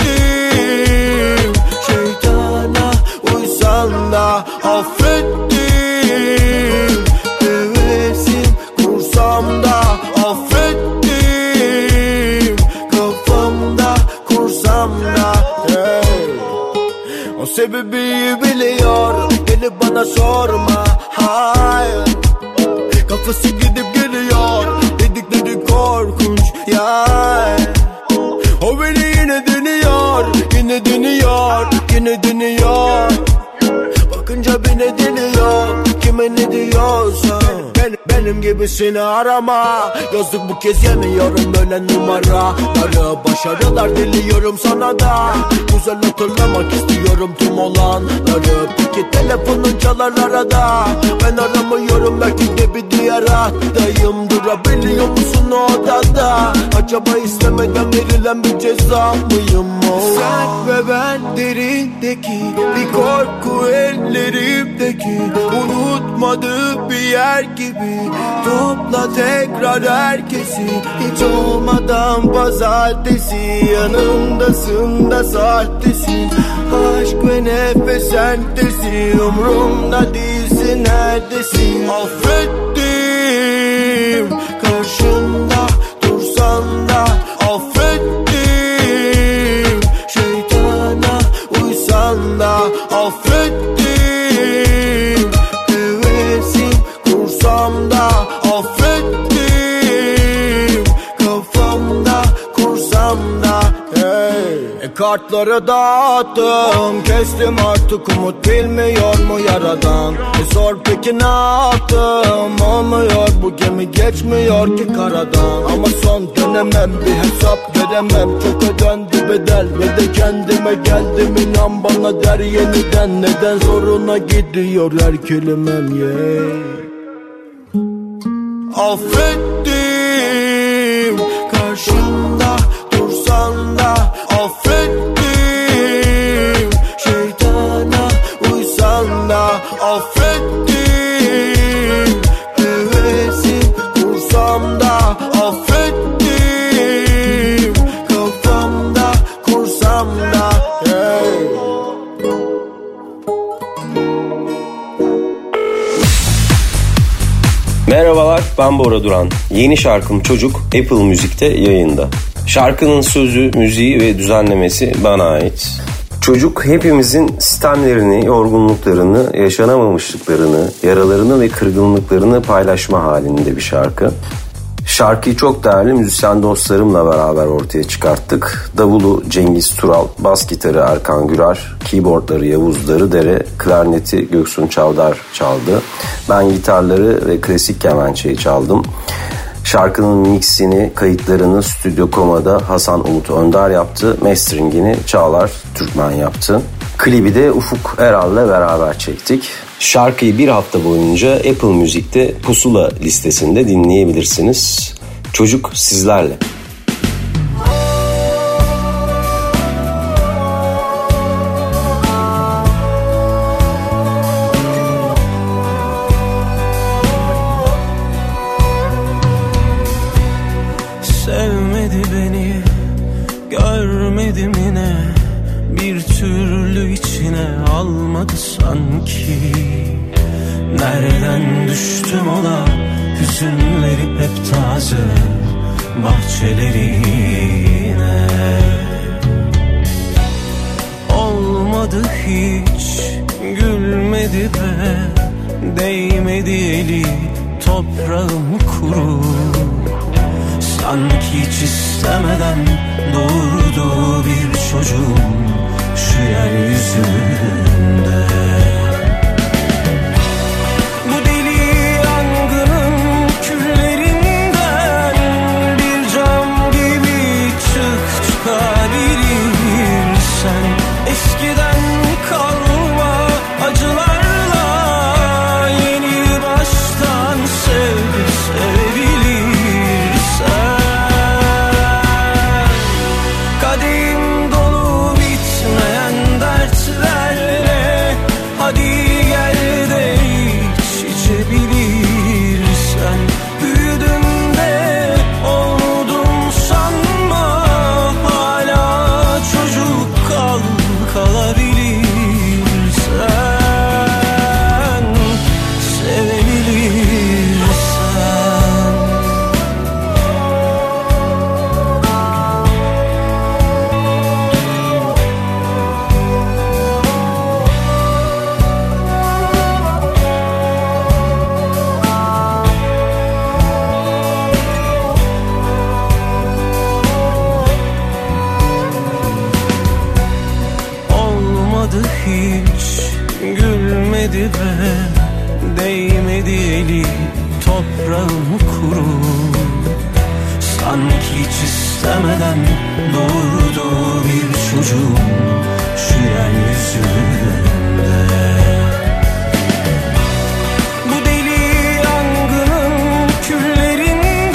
Şeytana uysan da affettim. Hevesim kursam da affettim. Kafamda kursam da hey. O sebebi biliyor, gelip bana sorma. Hayır, kafası gidip geliyor, dedikleri korkunç ya. O beni yine deniyor, yine deniyor, yine deniyor. Bakınca beni deniyor, kime ne diyorsa. Ben, benim gibisini arama, yazık bu kez yemiyorum böyle numaraları. Başarılar diliyorum sana da, güzel hatırlamak istiyorum tüm olanları. Peki telefonun çalar arada, ben aramıyorum, belki de bir diğer hattayımdır durabiliyor musun odada? Acaba istemeden verilen bir ceza mıyım o? Sen ve ben derindeki bir korku ellerimdeki, unutmadığı bir yer gibi. Topla tekrar herkesi, hiç olmadan pazartesi. Yanımdasın da sahtesin, aşk ve nefes sentesin. Umrumda değilsin, neredesin? Affettim karşında dursan da, affettim şeytana uysan da, affettim hevesim kursam da, affettim kafamda kursam da. Hey. E kartları dağıttım, kestim artık, umut bilmiyor mu yaradan? E sor peki ne yaptım, olmuyor bu gemi, geçmiyor ki karadan. Ama son dönemem, bir hesap veremem, çok ödendi bedel ve de kendime geldim. İnan bana der yeniden, neden zoruna gidiyor her kelimem, yeah. Affettim karşında dursan da, affettim şeytana uysan da, affettim hevesim kursam da, affettim kafamda kursam da, hey. Merhabalar, ben Bora Duran. Yeni şarkım Çocuk Apple Müzik'te yayında. Şarkının sözü, müziği ve düzenlemesi bana ait. Çocuk hepimizin sistemlerini, yorgunluklarını, yaşanamamışlıklarını, yaralarını ve kırgınlıklarını paylaşma halinde bir şarkı. Şarkıyı çok değerli müzisyen dostlarımla beraber ortaya çıkarttık. Davulu Cengiz Tural, bas gitarı Erkan Gürer, keyboardları Yavuz Darıdere, klarneti Göksun Çavdar çaldı. Ben gitarları ve klasik kemençeyi çaldım. Şarkının mixini, kayıtlarını Stüdyo Koma'da Hasan Umut Önder yaptı. Masteringini Çağlar Türkmen yaptı. Klibi de Ufuk Eral'la beraber çektik. Şarkıyı bir hafta boyunca Apple Müzik'te Pusula listesinde dinleyebilirsiniz. Çocuk sizlerle. Sevmedi beni, görmedim yine, bir türlü içine almadı sanki. Nereden düştüm ola, hüzünleri hep taze bahçelerine. Olmadı hiç, gülmedi ve değmedi eli, toprağım kuru. Sanki hiç istemeden doğurdu bir çocuğum şu yeryüzünde. Bu deli yangının küllerinden bir cam gibi çık çıkabilirsen, eskiden kalma acılarla yeni baştan sev sevebilirsen. Değmedi eli, toprağım kuru. Sanki hiç istemeden doğurdu bir çocuğum şu yeryüzünde. Bu deli yangının küllerinden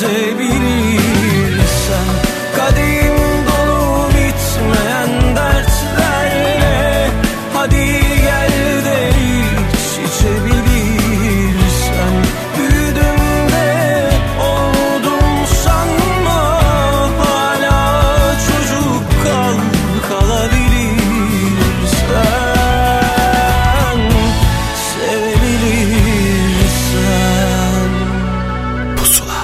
çözebilirsen, kadehin dolu bitmeyen dertlerle, hadi gel de iç içebilirsen, büyüdüm de oldum sanma, hala çocuk kal kalabilirsen, sevebilirsen. Pusula.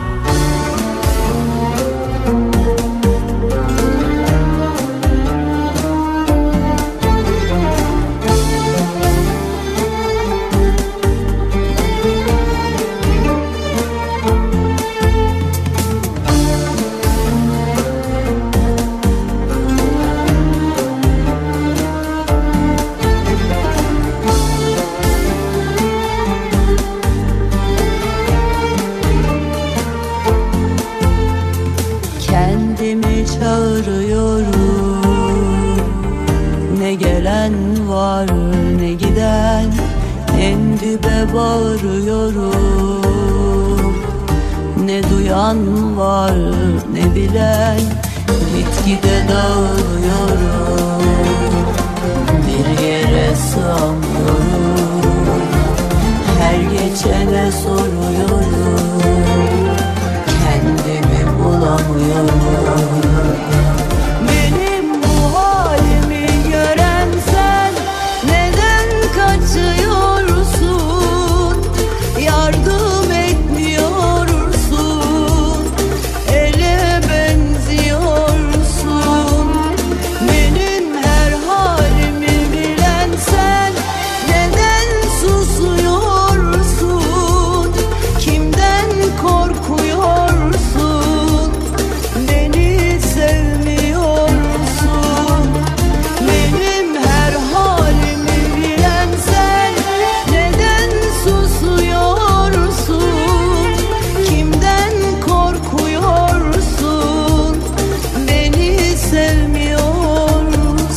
Kendimi çağırıyorum, ne gelen var ne giden, en dibe bağırıyorum, ne duyan var ne bilen, gitgide dağılıyorum, bir yere sığamıyorum, her geçene soruyorum, kendimi bulamıyorum. Benim bu halimi gören sen neden kaçıyorsun? Yardım etmiyorsun, ele benziyorsun. Benim her halimi bilen sen neden susuyorsun? Kimden korkuyorsun? Beni sevmiyorsun. Benim her halimi bilen sen neden susuyorsun? Kimden korkuyorsun? Beni sevmiyorsun.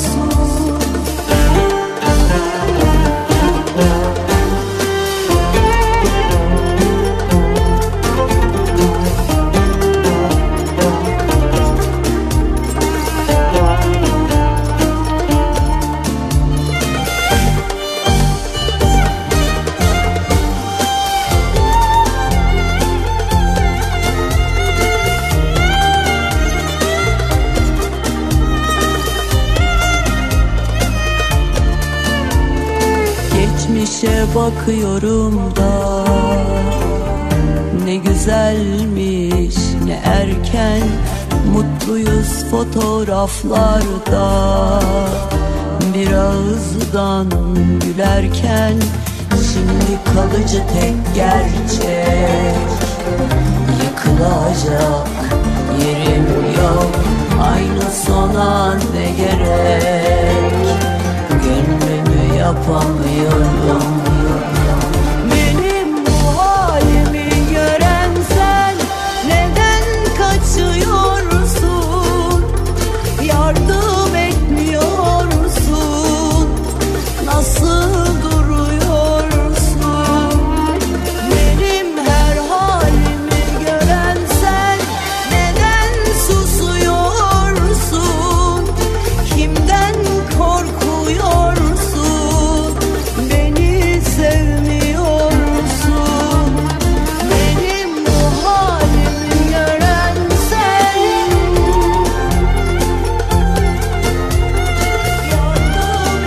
Geçmişe bakıyorum da ne güzelmiş ne erken, mutluyuz fotoğraflarda, bir ağızdan gülerken, şimdi kalıcı tek gerçek, yıkılacak yerim yok, aynı sona ne gerek, gönlümü yapamıyorum. Benim bu halimi gören sen neden kaçıyorsun? Yardım etmiyorsun, nasıl duruyorsun? Benim her halimi gören sen neden susuyorsun? Kimden korkuyorsun? Beni sevmiyorsun. Benim bu halimi gören sen yardım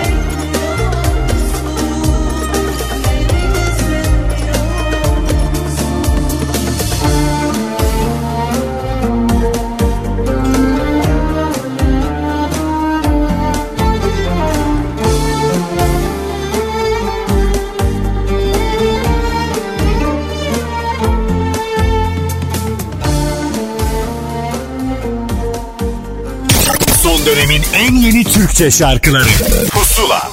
Son dönemin en yeni Türkçe şarkıları Pusula.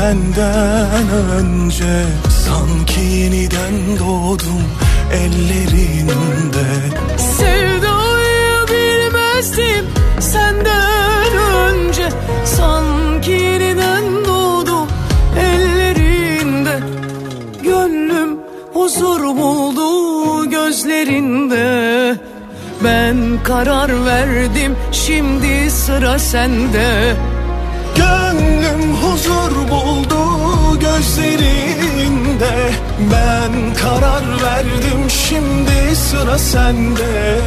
senden önce. Sanki yeniden doğdum ellerinde. Sevdayı bilmezdim senden önce. Sanki yeniden doğdum ellerinde. Gönlüm huzur buldu gözlerinde. Ben karar verdim, şimdi sıra sende. Gönlüm huzur buldu gözlerinde. Ben karar verdim, şimdi sıra sende.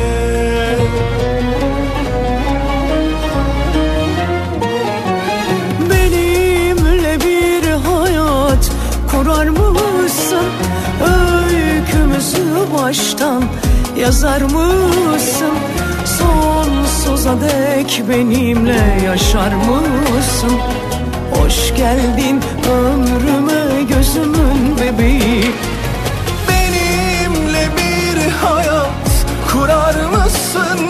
Benimle bir hayat kurar mısın? Öykümüzü baştan yazar mısın? Sonsuza dek benimle yaşar mısın? Hoş geldin ömrüme gözümün bebeği. Benimle bir hayat kurar mısın?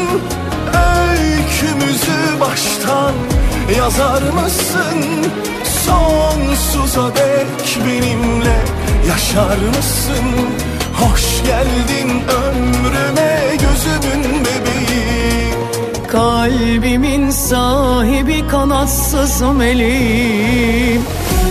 Öykümüzü baştan yazar mısın? Sonsuza dek benimle yaşar mısın? Hoş geldin ömrüme gözümün bebeği. Kalbimin sahibi kanatsız meleğim.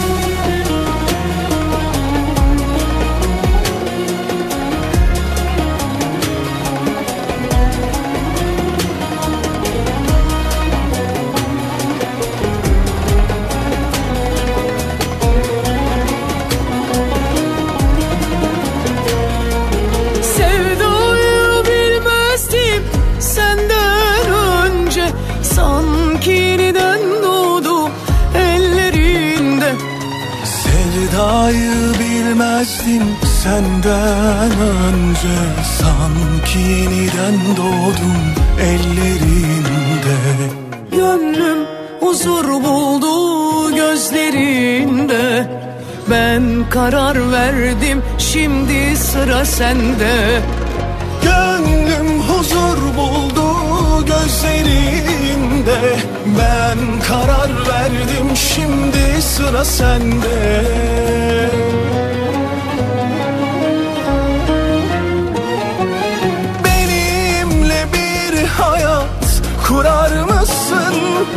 Sevdayı bilmezdim senden önce. Sanki yeniden doğdum ellerinde. Gönlüm huzur buldu gözlerinde. Ben karar verdim, şimdi sıra sende. Gönlüm huzur buldu gözlerinde. Ben karar verdim, şimdi sıra sende. Benimle bir hayat kurar mısın?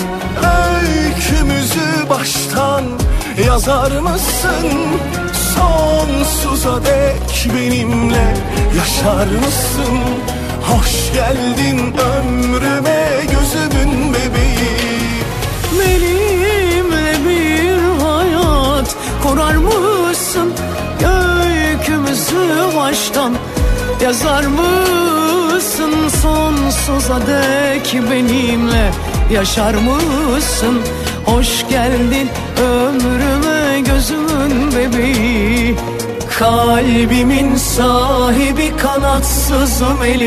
Öykümüzü baştan yazar mısın? Sonsuza dek benimle yaşar mısın? Hoş geldin ömrüme gözümün bebeği. Benimle bir hayat kurar mısın? Öykümüzü baştan yazar mısın? Sonsuza dek benimle yaşar mısın? Hoş geldin ömrüme gözümün bebeği. Kalbimin sahibi kanatsız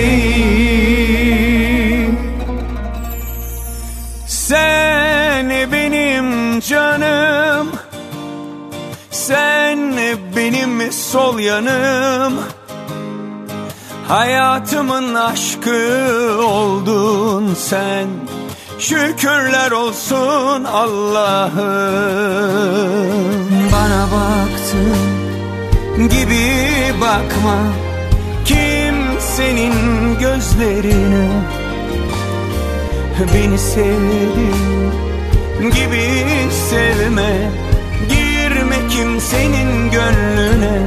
meleğim. Sen benim canım, sen benim sol yanım. Hayatımın aşkı oldun sen. Şükürler olsun Allah'ım. Bana baktın gibi bakma kimsenin gözlerine. Beni sevdiğin gibi sevme. Girme kimsenin gönlüne.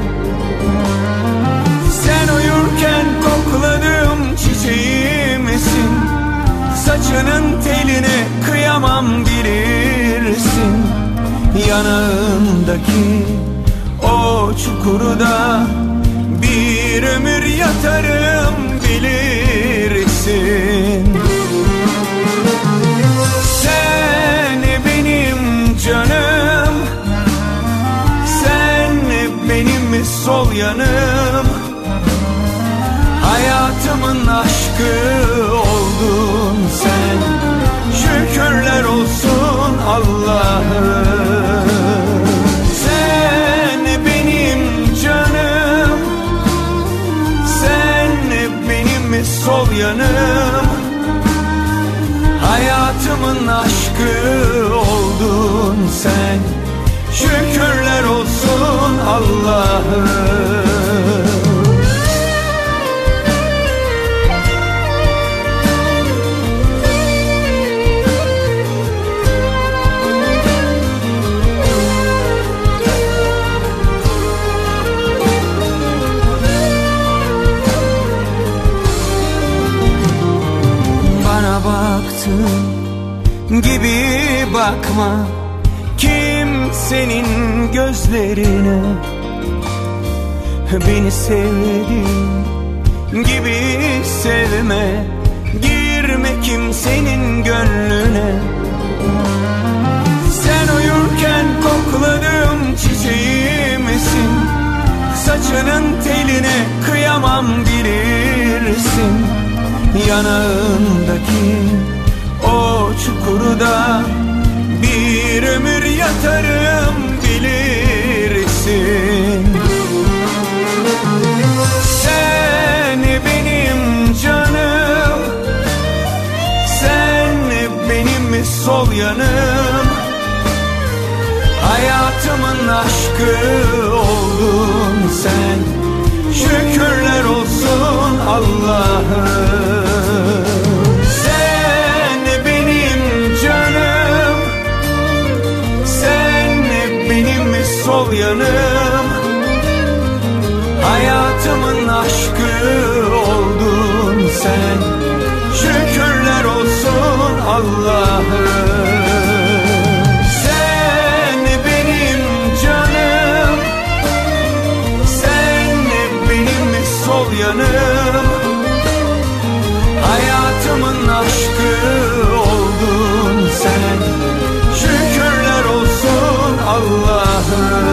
Sen uyurken kokladığım çiçeğimsin. Saçının teline kıyamam bilirsin. Yanağımdaki o çukurda bir ömür yatarım bilirsin. Sen benim canım, sen benim sol yanım. Hayatımın aşkı oldun sen. Şükürler olsun Allah'ım. Sen benim canım, sen benim sol yanım. Hayatımın aşkı oldun sen. Şükür Allah'ım. Gibi bakma kimsenin gözlerine, beni sevdiğin gibi sevme, girme kimsenin gönlüne. Sen uyurken kokladığım çiçeği misin? Saçının teline kıyamam bilirsin. Yanağındaki o çukurda bir ömür yatarım bilirsin. Sen benim canım, sen benim sol yanım, hayatımın aşkı oldun sen. Şükürler olsun Allah'ım. Sol yanım, hayatımın aşkı oldun sen. Şükürler olsun Allah'ım. Sen benim canım, sen benim sol yanım, hayatımın aşkı oldun sen. Şükürler olsun Allah'ım.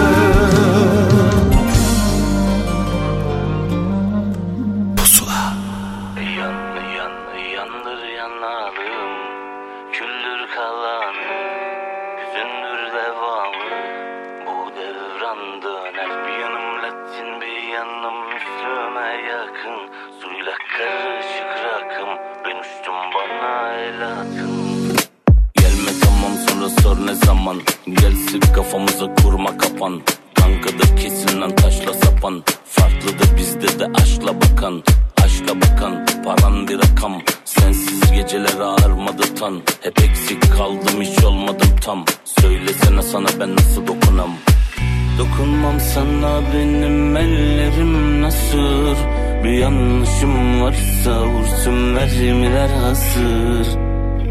Gelsin kafamıza kurma kapan. Kankadır kesilen taşla sapan. Farklıdır bizde de aşkla bakan. Aşka bakan paran bir rakam. Sensiz geceler ağırmadı tan. Hep eksik kaldım hiç olmadım tam. Söylesene sana ben nasıl dokunam. Dokunmam sana benim ellerim nasır. Bir yanlışım varsa vursun mermiler hazır.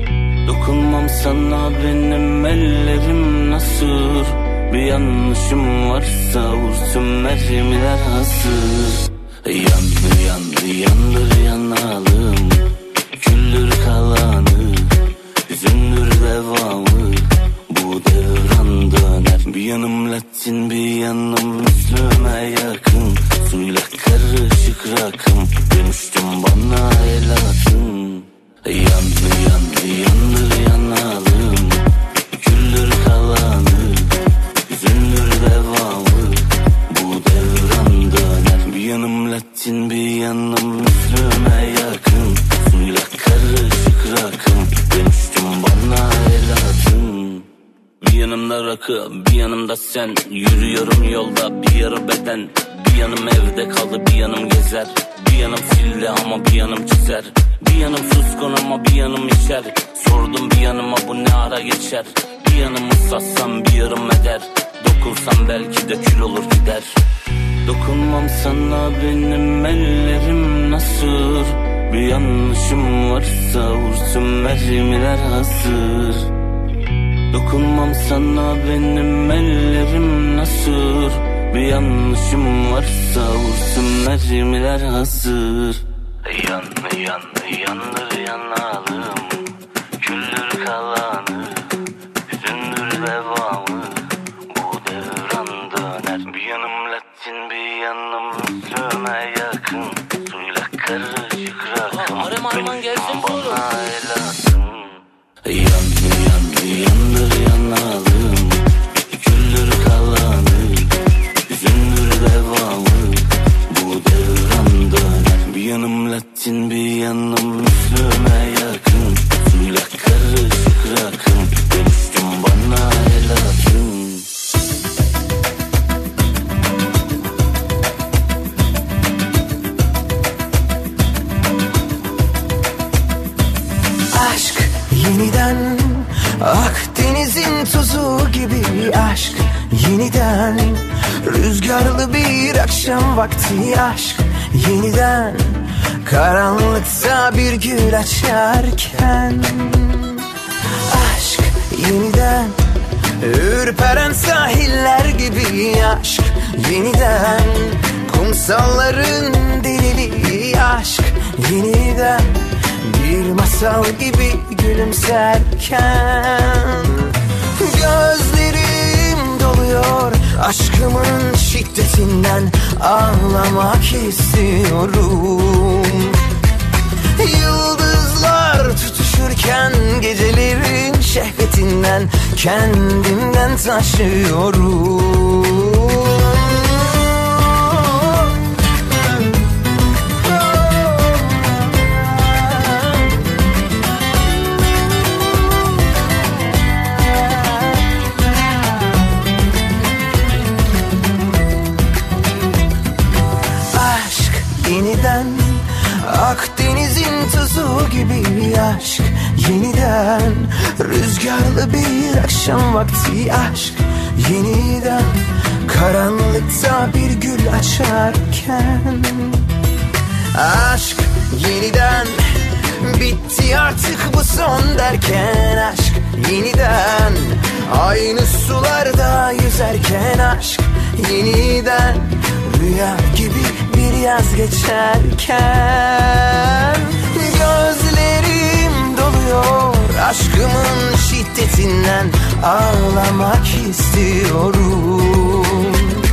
Dokunmam sana benim ellerim nasır. Bir yanlışım varsa vursun mermiler hazır. Yandı yandı yandır yanalım. Küldür kalanı, hüzündür devamı. Bu devran döner. Bir yanım Latin bir yanım Müslüme yakın. Suyla karışık rakım. Dönüştüm bana el atın. Yandı yandı yandır yanalım. Küldür kalanı, hüzündür devamı. Bu devran döner. Bir yanım Latin bir yanım Müslüme yakın. Suyla karışık rakım. Dönüştüm bana el atın. Bir yanımda rakı, bir yanımda sen. Yürüyorum yolda bir yarı beden. Bir yanım evde kaldı, bir yanım gezer. Bir yanım filli ama bir yanım çizer. Bir yanım suskun ama bir yanım içer. Sordum bir yanıma bu ne ara geçer. Bir yanımı satsam bir yarım eder. Dokunsam belki de kül olur gider. Dokunmam sana benim ellerim nasır. Bir yanlışım varsa vursun mermiler hazır. Dokunmam sana benim ellerim nasır. Bir yanlışım varsa vursun mermiler hazır. Yandı yandı yandır yanalım. Küldür kalanı, hüzündür devamı. Bu devran döner. Bir yanım Latin bir yanım Müslüme yakın. Suyla karışık rakım. Dönüştüm bana el atın. Yandı yandı yandır yanalım. Küldür kalanı, hüzündür devamı. Bu devran döner. Bir yanım Latin bir yanım Müslüme yakın. Suyla karışık rakım. Dönüştüm bana el atın. yeniden. Akdeniz'in tuzu gibi aşk yeniden. Rüzgarlı bir akşam vakti aşk yeniden. Karanlıkta bir gül açarken aşk yeniden. Ürperen sahiller gibi aşk yeniden. Kumsalların deliliği aşk yeniden. Bir masal gibi gülümserken gözlerim doluyor aşkımın şiddetinden. Ağlamak istiyorum. Yıldızlar tutuşurken gecelerin şehvetinden kendimden taşıyorum. Yeniden Akdeniz'in tuzu gibi aşk yeniden. Rüzgarlı bir akşam vakti aşk yeniden. Karanlıkta bir gül açarken aşk yeniden. Bitti artık bu son derken aşk yeniden. Aynı sularda yüzerken aşk yeniden. Rüya gibi bir yaz geçerken gözlerim doluyor aşkımın şiddetinden. Ağlamak istiyorum.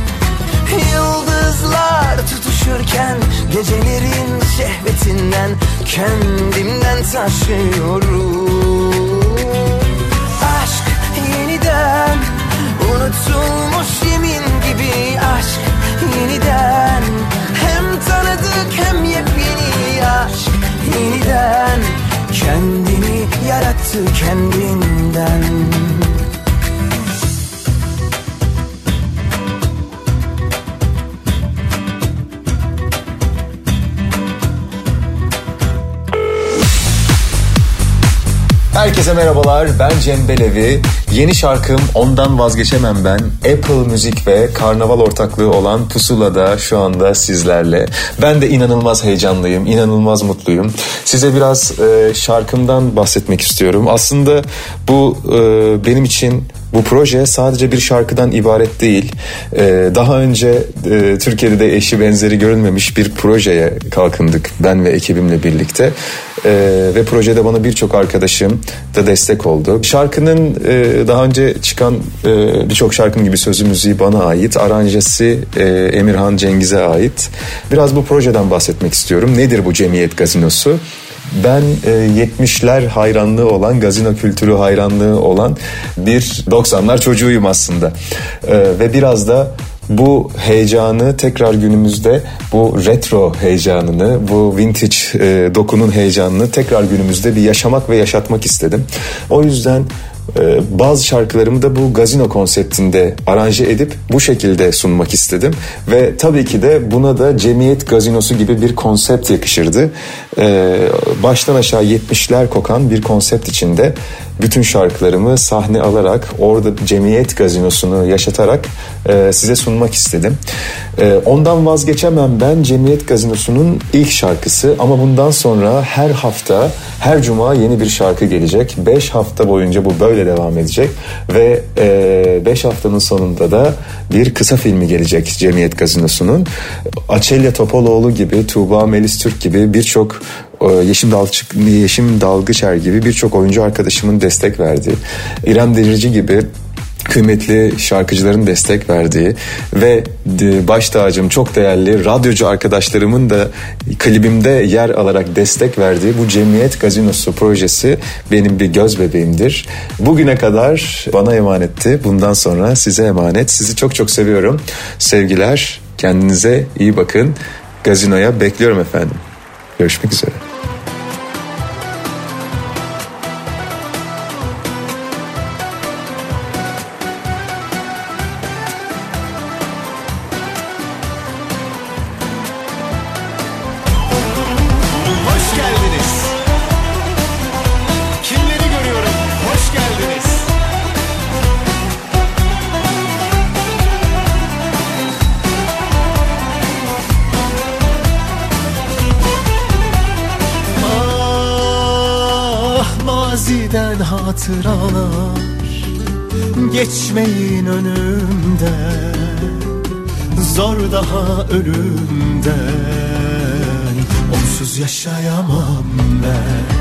Yıldızlar tutuşurken gecelerin şehvetinden kendimden taşıyorum. Aşk yeniden. Unutulmuş yemin gibi aşk yeniden. Hem tanıdık hem yepyeni aşk yeniden. Kendini yarattı kendinden. Herkese merhabalar, ben Cem Belevi. Yeni şarkım Ondan Vazgeçemem Ben, Apple Müzik ve Karnaval ortaklığı olan Pusula'da şu anda sizlerle. Ben de inanılmaz heyecanlıyım, inanılmaz mutluyum. Size biraz e, şarkımdan bahsetmek istiyorum. Aslında bu e, benim için bu proje sadece bir şarkıdan ibaret değil. Ee, daha önce e, Türkiye'de de eşi benzeri görülmemiş bir projeye kalkındık ben ve ekibimle birlikte. Ee, ve projede bana birçok arkadaşım da destek oldu. Şarkının e, daha önce çıkan e, birçok şarkının gibi sözü müziği bana ait. Aranjesi e, Emirhan Cengiz'e ait. Biraz bu projeden bahsetmek istiyorum. Nedir bu Cemiyet Gazinosu? Ben e, yetmişler hayranlığı olan, gazino kültürü hayranlığı olan bir doksanlar çocuğuyum aslında. E, ve biraz da bu heyecanı tekrar günümüzde, bu retro heyecanını, bu vintage e, dokunun heyecanını tekrar günümüzde bir yaşamak ve yaşatmak istedim. O yüzden Ee, bazı şarkılarımı da bu gazino konseptinde aranje edip bu şekilde sunmak istedim ve tabii ki de buna da Cemiyet Gazinosu gibi bir konsept yakışırdı. Ee, baştan aşağı yetmişler kokan bir konsept içinde bütün şarkılarımı sahne alarak orada Cemiyet Gazinosu'nu yaşatarak e, size sunmak istedim. E, ondan vazgeçemem ben Cemiyet Gazinosu'nun ilk şarkısı ama bundan sonra her hafta her cuma yeni bir şarkı gelecek. Beş hafta boyunca bu böyle devam edecek ve beş haftanın sonunda da bir kısa filmi gelecek Cemiyet Gazinosu'nun. Açelya Topaloğlu gibi, Tuğba Melis Türk gibi birçok Yeşim Dalgıç, Yeşim Dalgıçer gibi birçok oyuncu arkadaşımın destek verdiği, İrem Derici gibi kıymetli şarkıcıların destek verdiği ve baş tacım çok değerli radyocu arkadaşlarımın da klibimde yer alarak destek verdiği bu Cemiyet Gazinosu projesi benim bir göz bebeğimdir. Bugüne kadar bana emanetti. Bundan sonra size emanet. Sizi çok çok seviyorum. Sevgiler. Kendinize iyi bakın. Gazinoya bekliyorum efendim. Görüşmek üzere. Hoş geldiniz. Kimleri görüyorum? maziden hatıralar, geçmeyin önümden, zor daha ölümden, onsuz yaşayamam ben.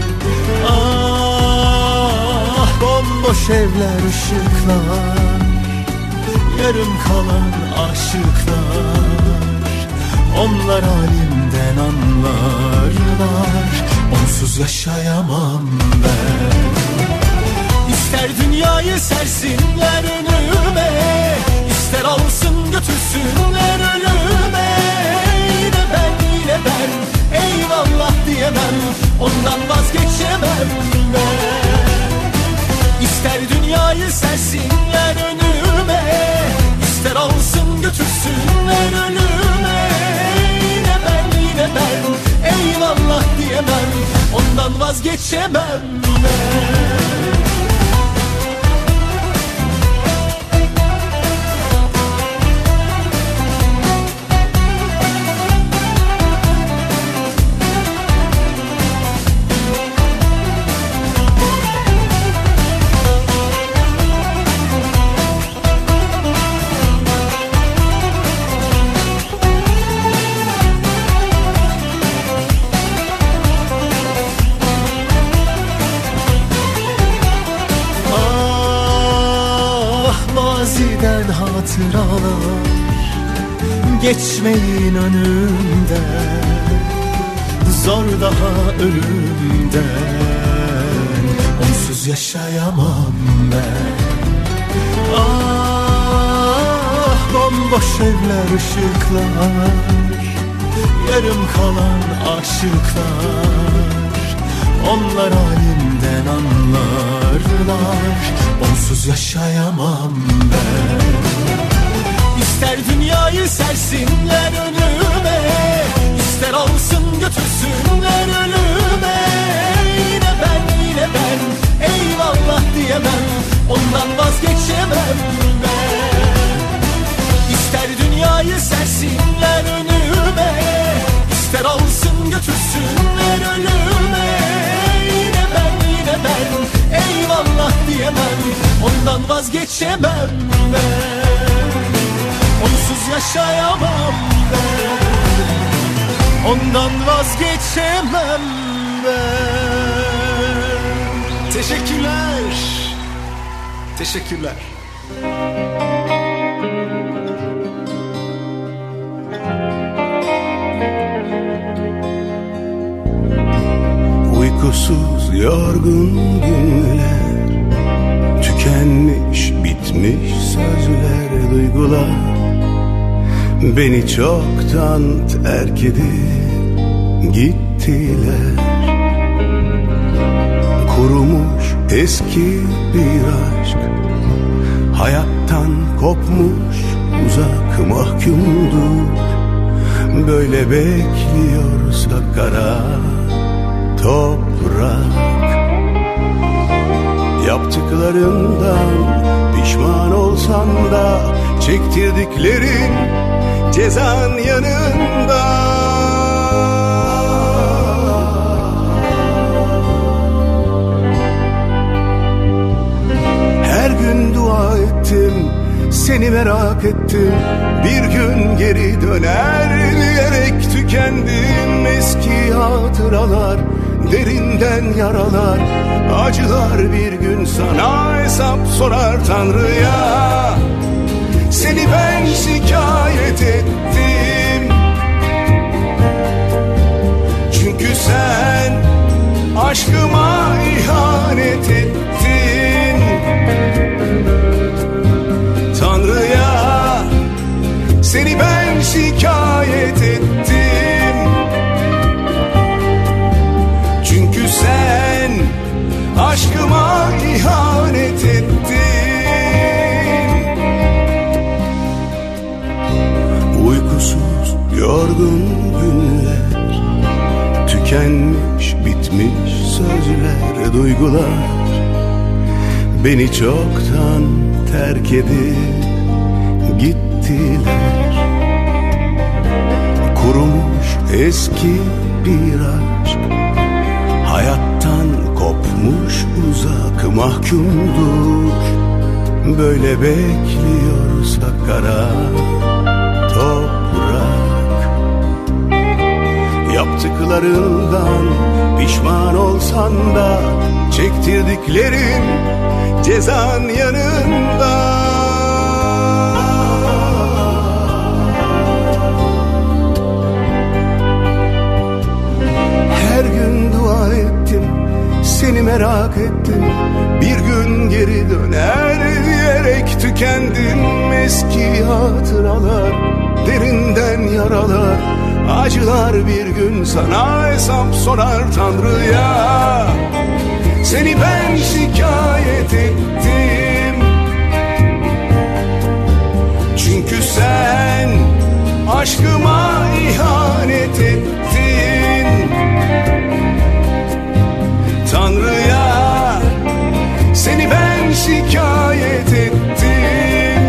Ah, bomboş evler, ışıklar, yarım kalan aşıklar, onlar halimden anlarlar, onsuz yaşayamam ben. İster dünyayı sersinler önüme, ister alsın götürsünler ölüme. Yine ben, yine ben, eyvallah diyemem, ondan vazgeçemem ben. İster dünyayı sersinler önüme, ister alsın götürsünler ölüme. Yine ben, yine ben, eyvallah diyemem, ondan vazgeçemem ben. Hatıralar, geçmeyin önümden, zor daha ölümden, onsuz yaşayamam ben. Ah, bomboş evler, ışıklar, yarım kalan aşıklar, onlar halimden anlarlar, onsuz yaşayamam ben. İster dünyayı sersinler önüme, ister alsın götürsünler ölüme. Yine ben, yine ben, eyvallah diyemem, ondan vazgeçemem ben. İster dünyayı sersinler önüme, ister alsın götürsünler ölüme. Yine ben, yine ben, eyvallah diyemem, ondan vazgeçemem ben. Onsuz yaşayamam ben, ondan vazgeçemem ben. Teşekkürler, teşekkürler. Uykusuz yorgun günler, tükenmiş bitmiş sözler, duygular beni çoktan terk edip gittiler. Kurumuş eski bir aşk, hayattan kopmuş uzak mahkumdur. Böyle bekliyorsa kara toprak, yaptıklarından pişman olsam da çektirdiklerin cezan yanında. Her gün dua ettim, seni merak ettim, bir gün geri döner diyerek tükendim. Eski hatıralar, derinden yaralar, acılar bir gün sana hesap sorar Tanrı'ya. Seni ben şikayet ettim, çünkü sen aşkıma ihanet ettin. Tanrı'ya seni ben şikayet ettim, çünkü sen aşkıma ihanet ettin. Uykusuz yorgun günler, tükenmiş bitmiş sözler, duygular beni çoktan terk edip gittiler. Kurumuş eski bir aşk, hayattan kopmuş Durmuş uzak mahkumdur, böyle bekliyorsa kara toprak. Yaptıklarından pişman olsan da çektirdiklerin cezan yanında. Her gün dua ettim, seni merak ettim, bir gün geri döner diyerek tükendim. Eski hatıralar, derinden yaralar, acılar bir gün sana hesap sorar Tanrı'ya. Seni ben şikayet ettim, çünkü sen aşkıma ihanet ettin. Tanrı'ya seni ben şikayet ettim,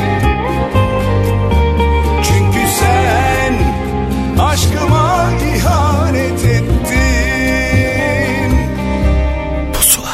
çünkü sen aşkıma ihanet ettin. Pusula.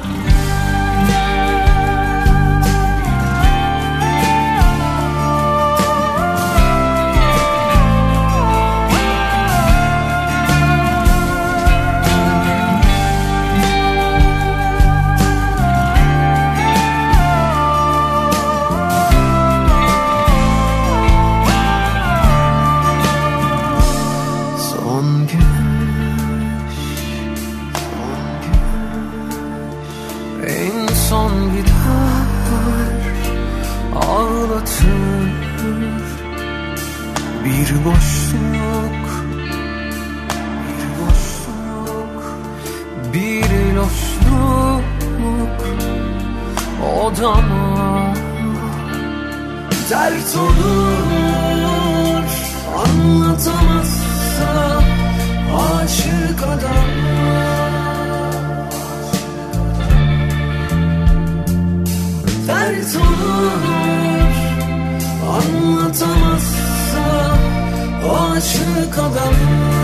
Bir boşluk, bir boşluk, bir loşluk odama dert olur, anlatamazsa aşık adam. Dert olur, anlatamazsa aşık adam.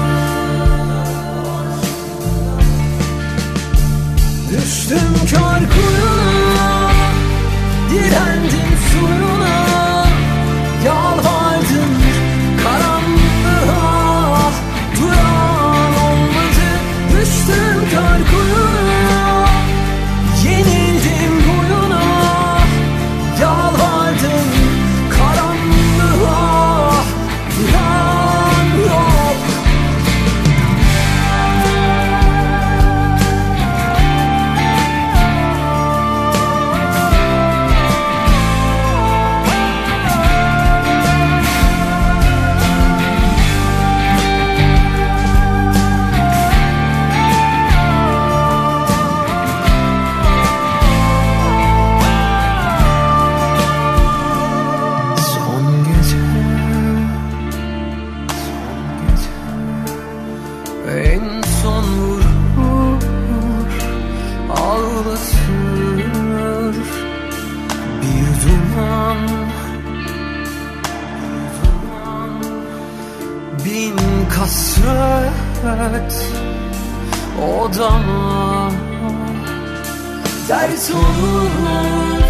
Düştüm kör kuyuna, direndim suyuna, yalvardım karanlığa, duyan olmadı. Düştüm kör kuyuna, yenildim huyuna, yalvardım karanlığa, duyan yok. Hasret odama dert olur,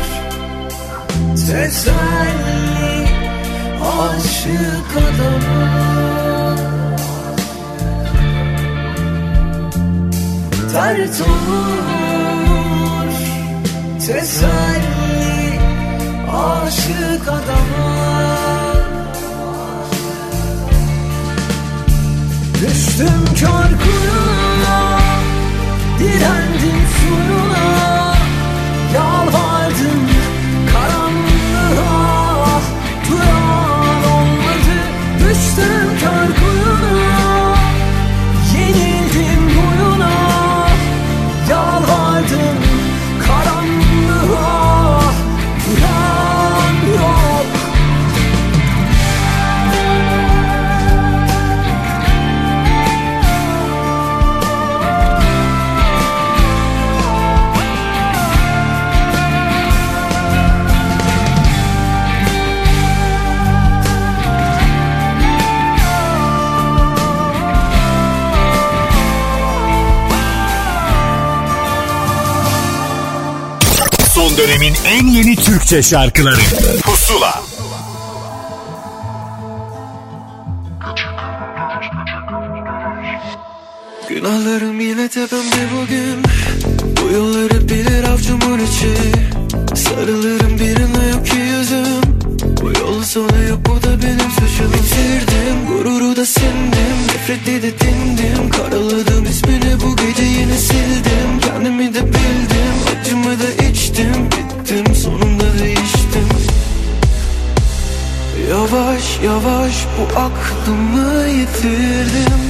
teselli aşık adama. Dert olur, teselli aşık adama. Düştüm kör kuyuna, direndim suyuna, yalvardım karanlığa, duyan olmadı. Düştüm kör kuyuna, yenildim huyuna, yalvardım karanlığa, duyan yok. dönemin en yeni Türkçe şarkıları Pusula. Günahlarım yine tepemde bugün. Bu yolları bilir avcumun içi. Sarılırım birine yok ki yüzüm. Bu yolun sonu yok, bu da benim suçum. Bitirdim gururu da sindim. Nefreti de dindim. Karaladım ismini bu gece yine sildim. Kendimi de bildim, acımı da içtim. Bittim sonunda değiştim. Yavaş yavaş bu aklımı yitirdim.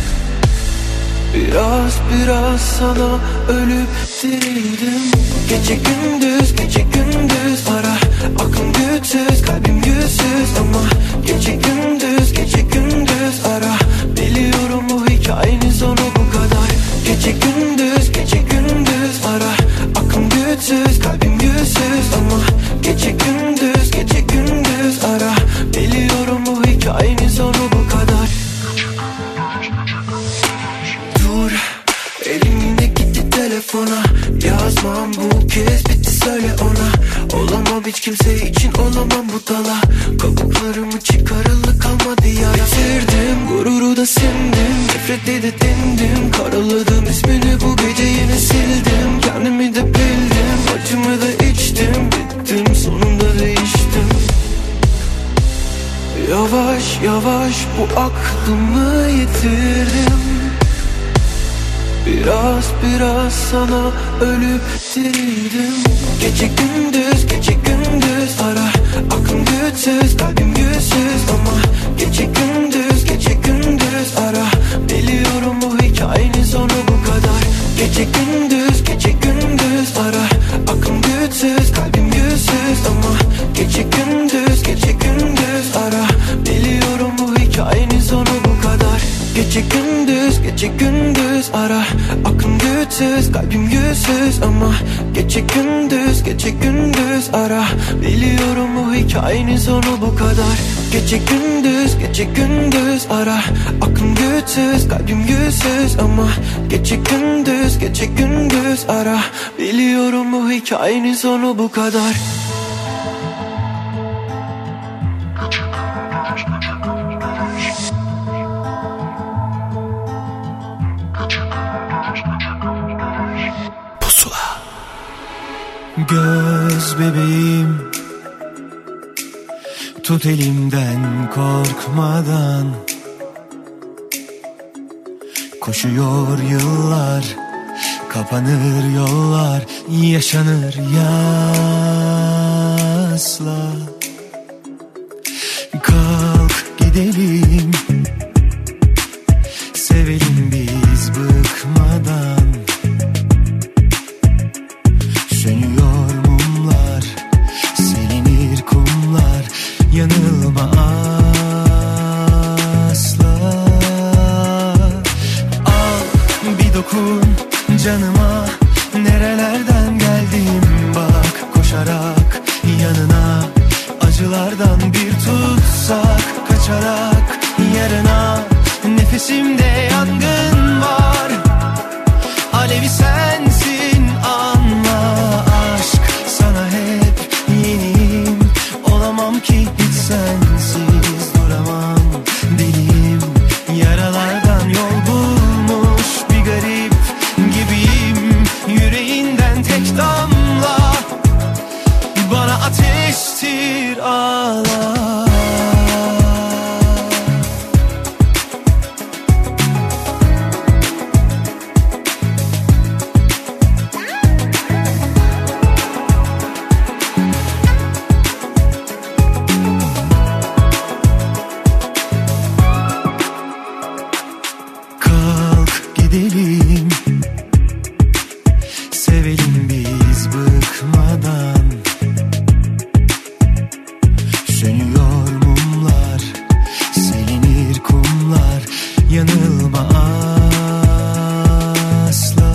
Biraz biraz sana ölüp dirildim. Gece gündüz gece gündüz ara. Aklım güçsüz kalbim yüzsüz ama gece gündüz gece gündüz ara. Biliyorum bu hikayenin sonu bu kadar. Gece gündüz gece gündüz ara. Aklım güçsüz kalbim yüzsüz ama gece gündüz gece gündüz ara. Biliyorum bu hikayenin sonu bu kadar. Dur, elim yine gitti telefona. Yazmam bu kez bitti söyle ona. Olamam hiç kimse için, olamam bu dala. Kabuklarımı çıkaralı kalmadı ya. Bitirdim gururu da sindim. Nefreti de dindim. Karaladım ismini bu gece yine sildim. Kendimi de bildim, acımı da içtim. Bittim sonunda değiştim. Yavaş yavaş bu aklımı yitirdim. Biraz biraz sana ölüp dirildim. Gece gündüz gece gündüz ara. Aklım güçsüz kalbim yüzsüz ama gece gündüz gece gündüz ara. Biliyorum bu hikayenin sonu bu kadar. Gece gündüz gece gündüz ara. Aklım güçsüz kalbim yüzsüz ama gece gündüz gece gündüz ara. Biliyorum bu hikayenin sonu bu kadar. Gece gündüz gece gündüz ara. Aklım güçsüz kalbim yüzsüz ama gece gündüz gece gündüz ara. Biliyorum bu hikayenin sonu bu kadar. Gece gündüz gece gündüz ara. Aklım güçsüz kalbim yüzsüz ama gece gündüz gece gündüz ara. Biliyorum bu hikayenin sonu bu kadar. Göz bebeğim, tut elimden korkmadan. Koşuyor yıllar, kapanır yollar, yaşanır yasla. Kalk gidelim, sevelim biz bıkmadan. Sönüyor mumlar, silinir kumlar, yanılma asla. Al bir dokun canıma, nerelerden geldim bak koşarak yanına. Acılardan bir tutsak kaçarak yarına. Nefesimde yangın var, alevi sensin anla. Aşk sana hep yeniyim, olamam ki hiç sensiz duramam. Deliyim, yaralardan yol bulmuş bir garip gibiyim. Yüreğinden tek damla bana ateştir ağla. Gidelim, sevelim biz bıkmadan. Sönüyor mumlar, silinir kumlar, yanılma asla.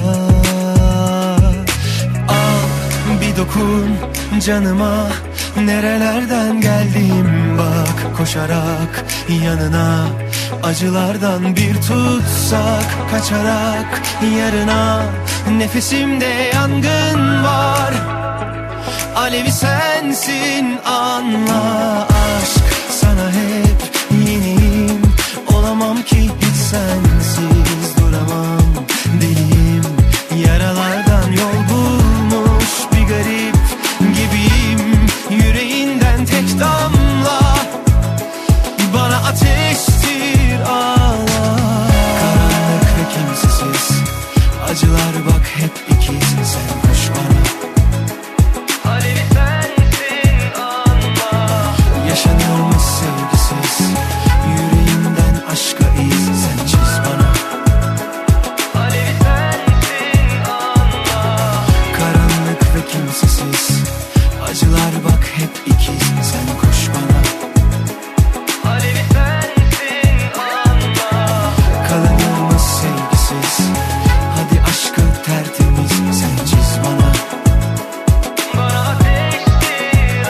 Al bir dokun canıma, nerelerden geldim bak koşarak yanına. Acılardan bir tutsak kaçarak yarına. Nefesimde yangın var, alevi sensin anla. Aşk sana hep yeniyim, olamam ki hiç sensiz duramam. Deliyim, yaralardan yol bulmuş bir garip gibiyim. Yüreğinden tek damla bana ateştir ağla. Karanlık ve kimsesiz acılar bak hep ikiz. Sen koş bana, alevi sensin anla. Yaşanırmış sevgisiz, yüreğimden aşka iz. Sen çiz bana, alevi sensin anla. Karanlık ve kimsesiz acılar bak hep ikiz. Sen koş bana, alevi sensin anla. Kalınırmış sevgisiz, hadi aşkı tertemiz. Sen çiz bana, bana ateştir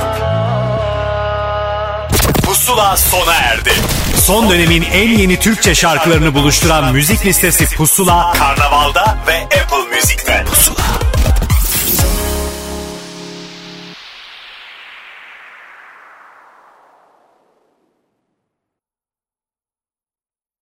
Pusula sona erdi. Son dönemin en yeni Türkçe şarkılarını buluşturan müzik listesi Pusula, Karnaval'da ve Apple Music'te. Pusula.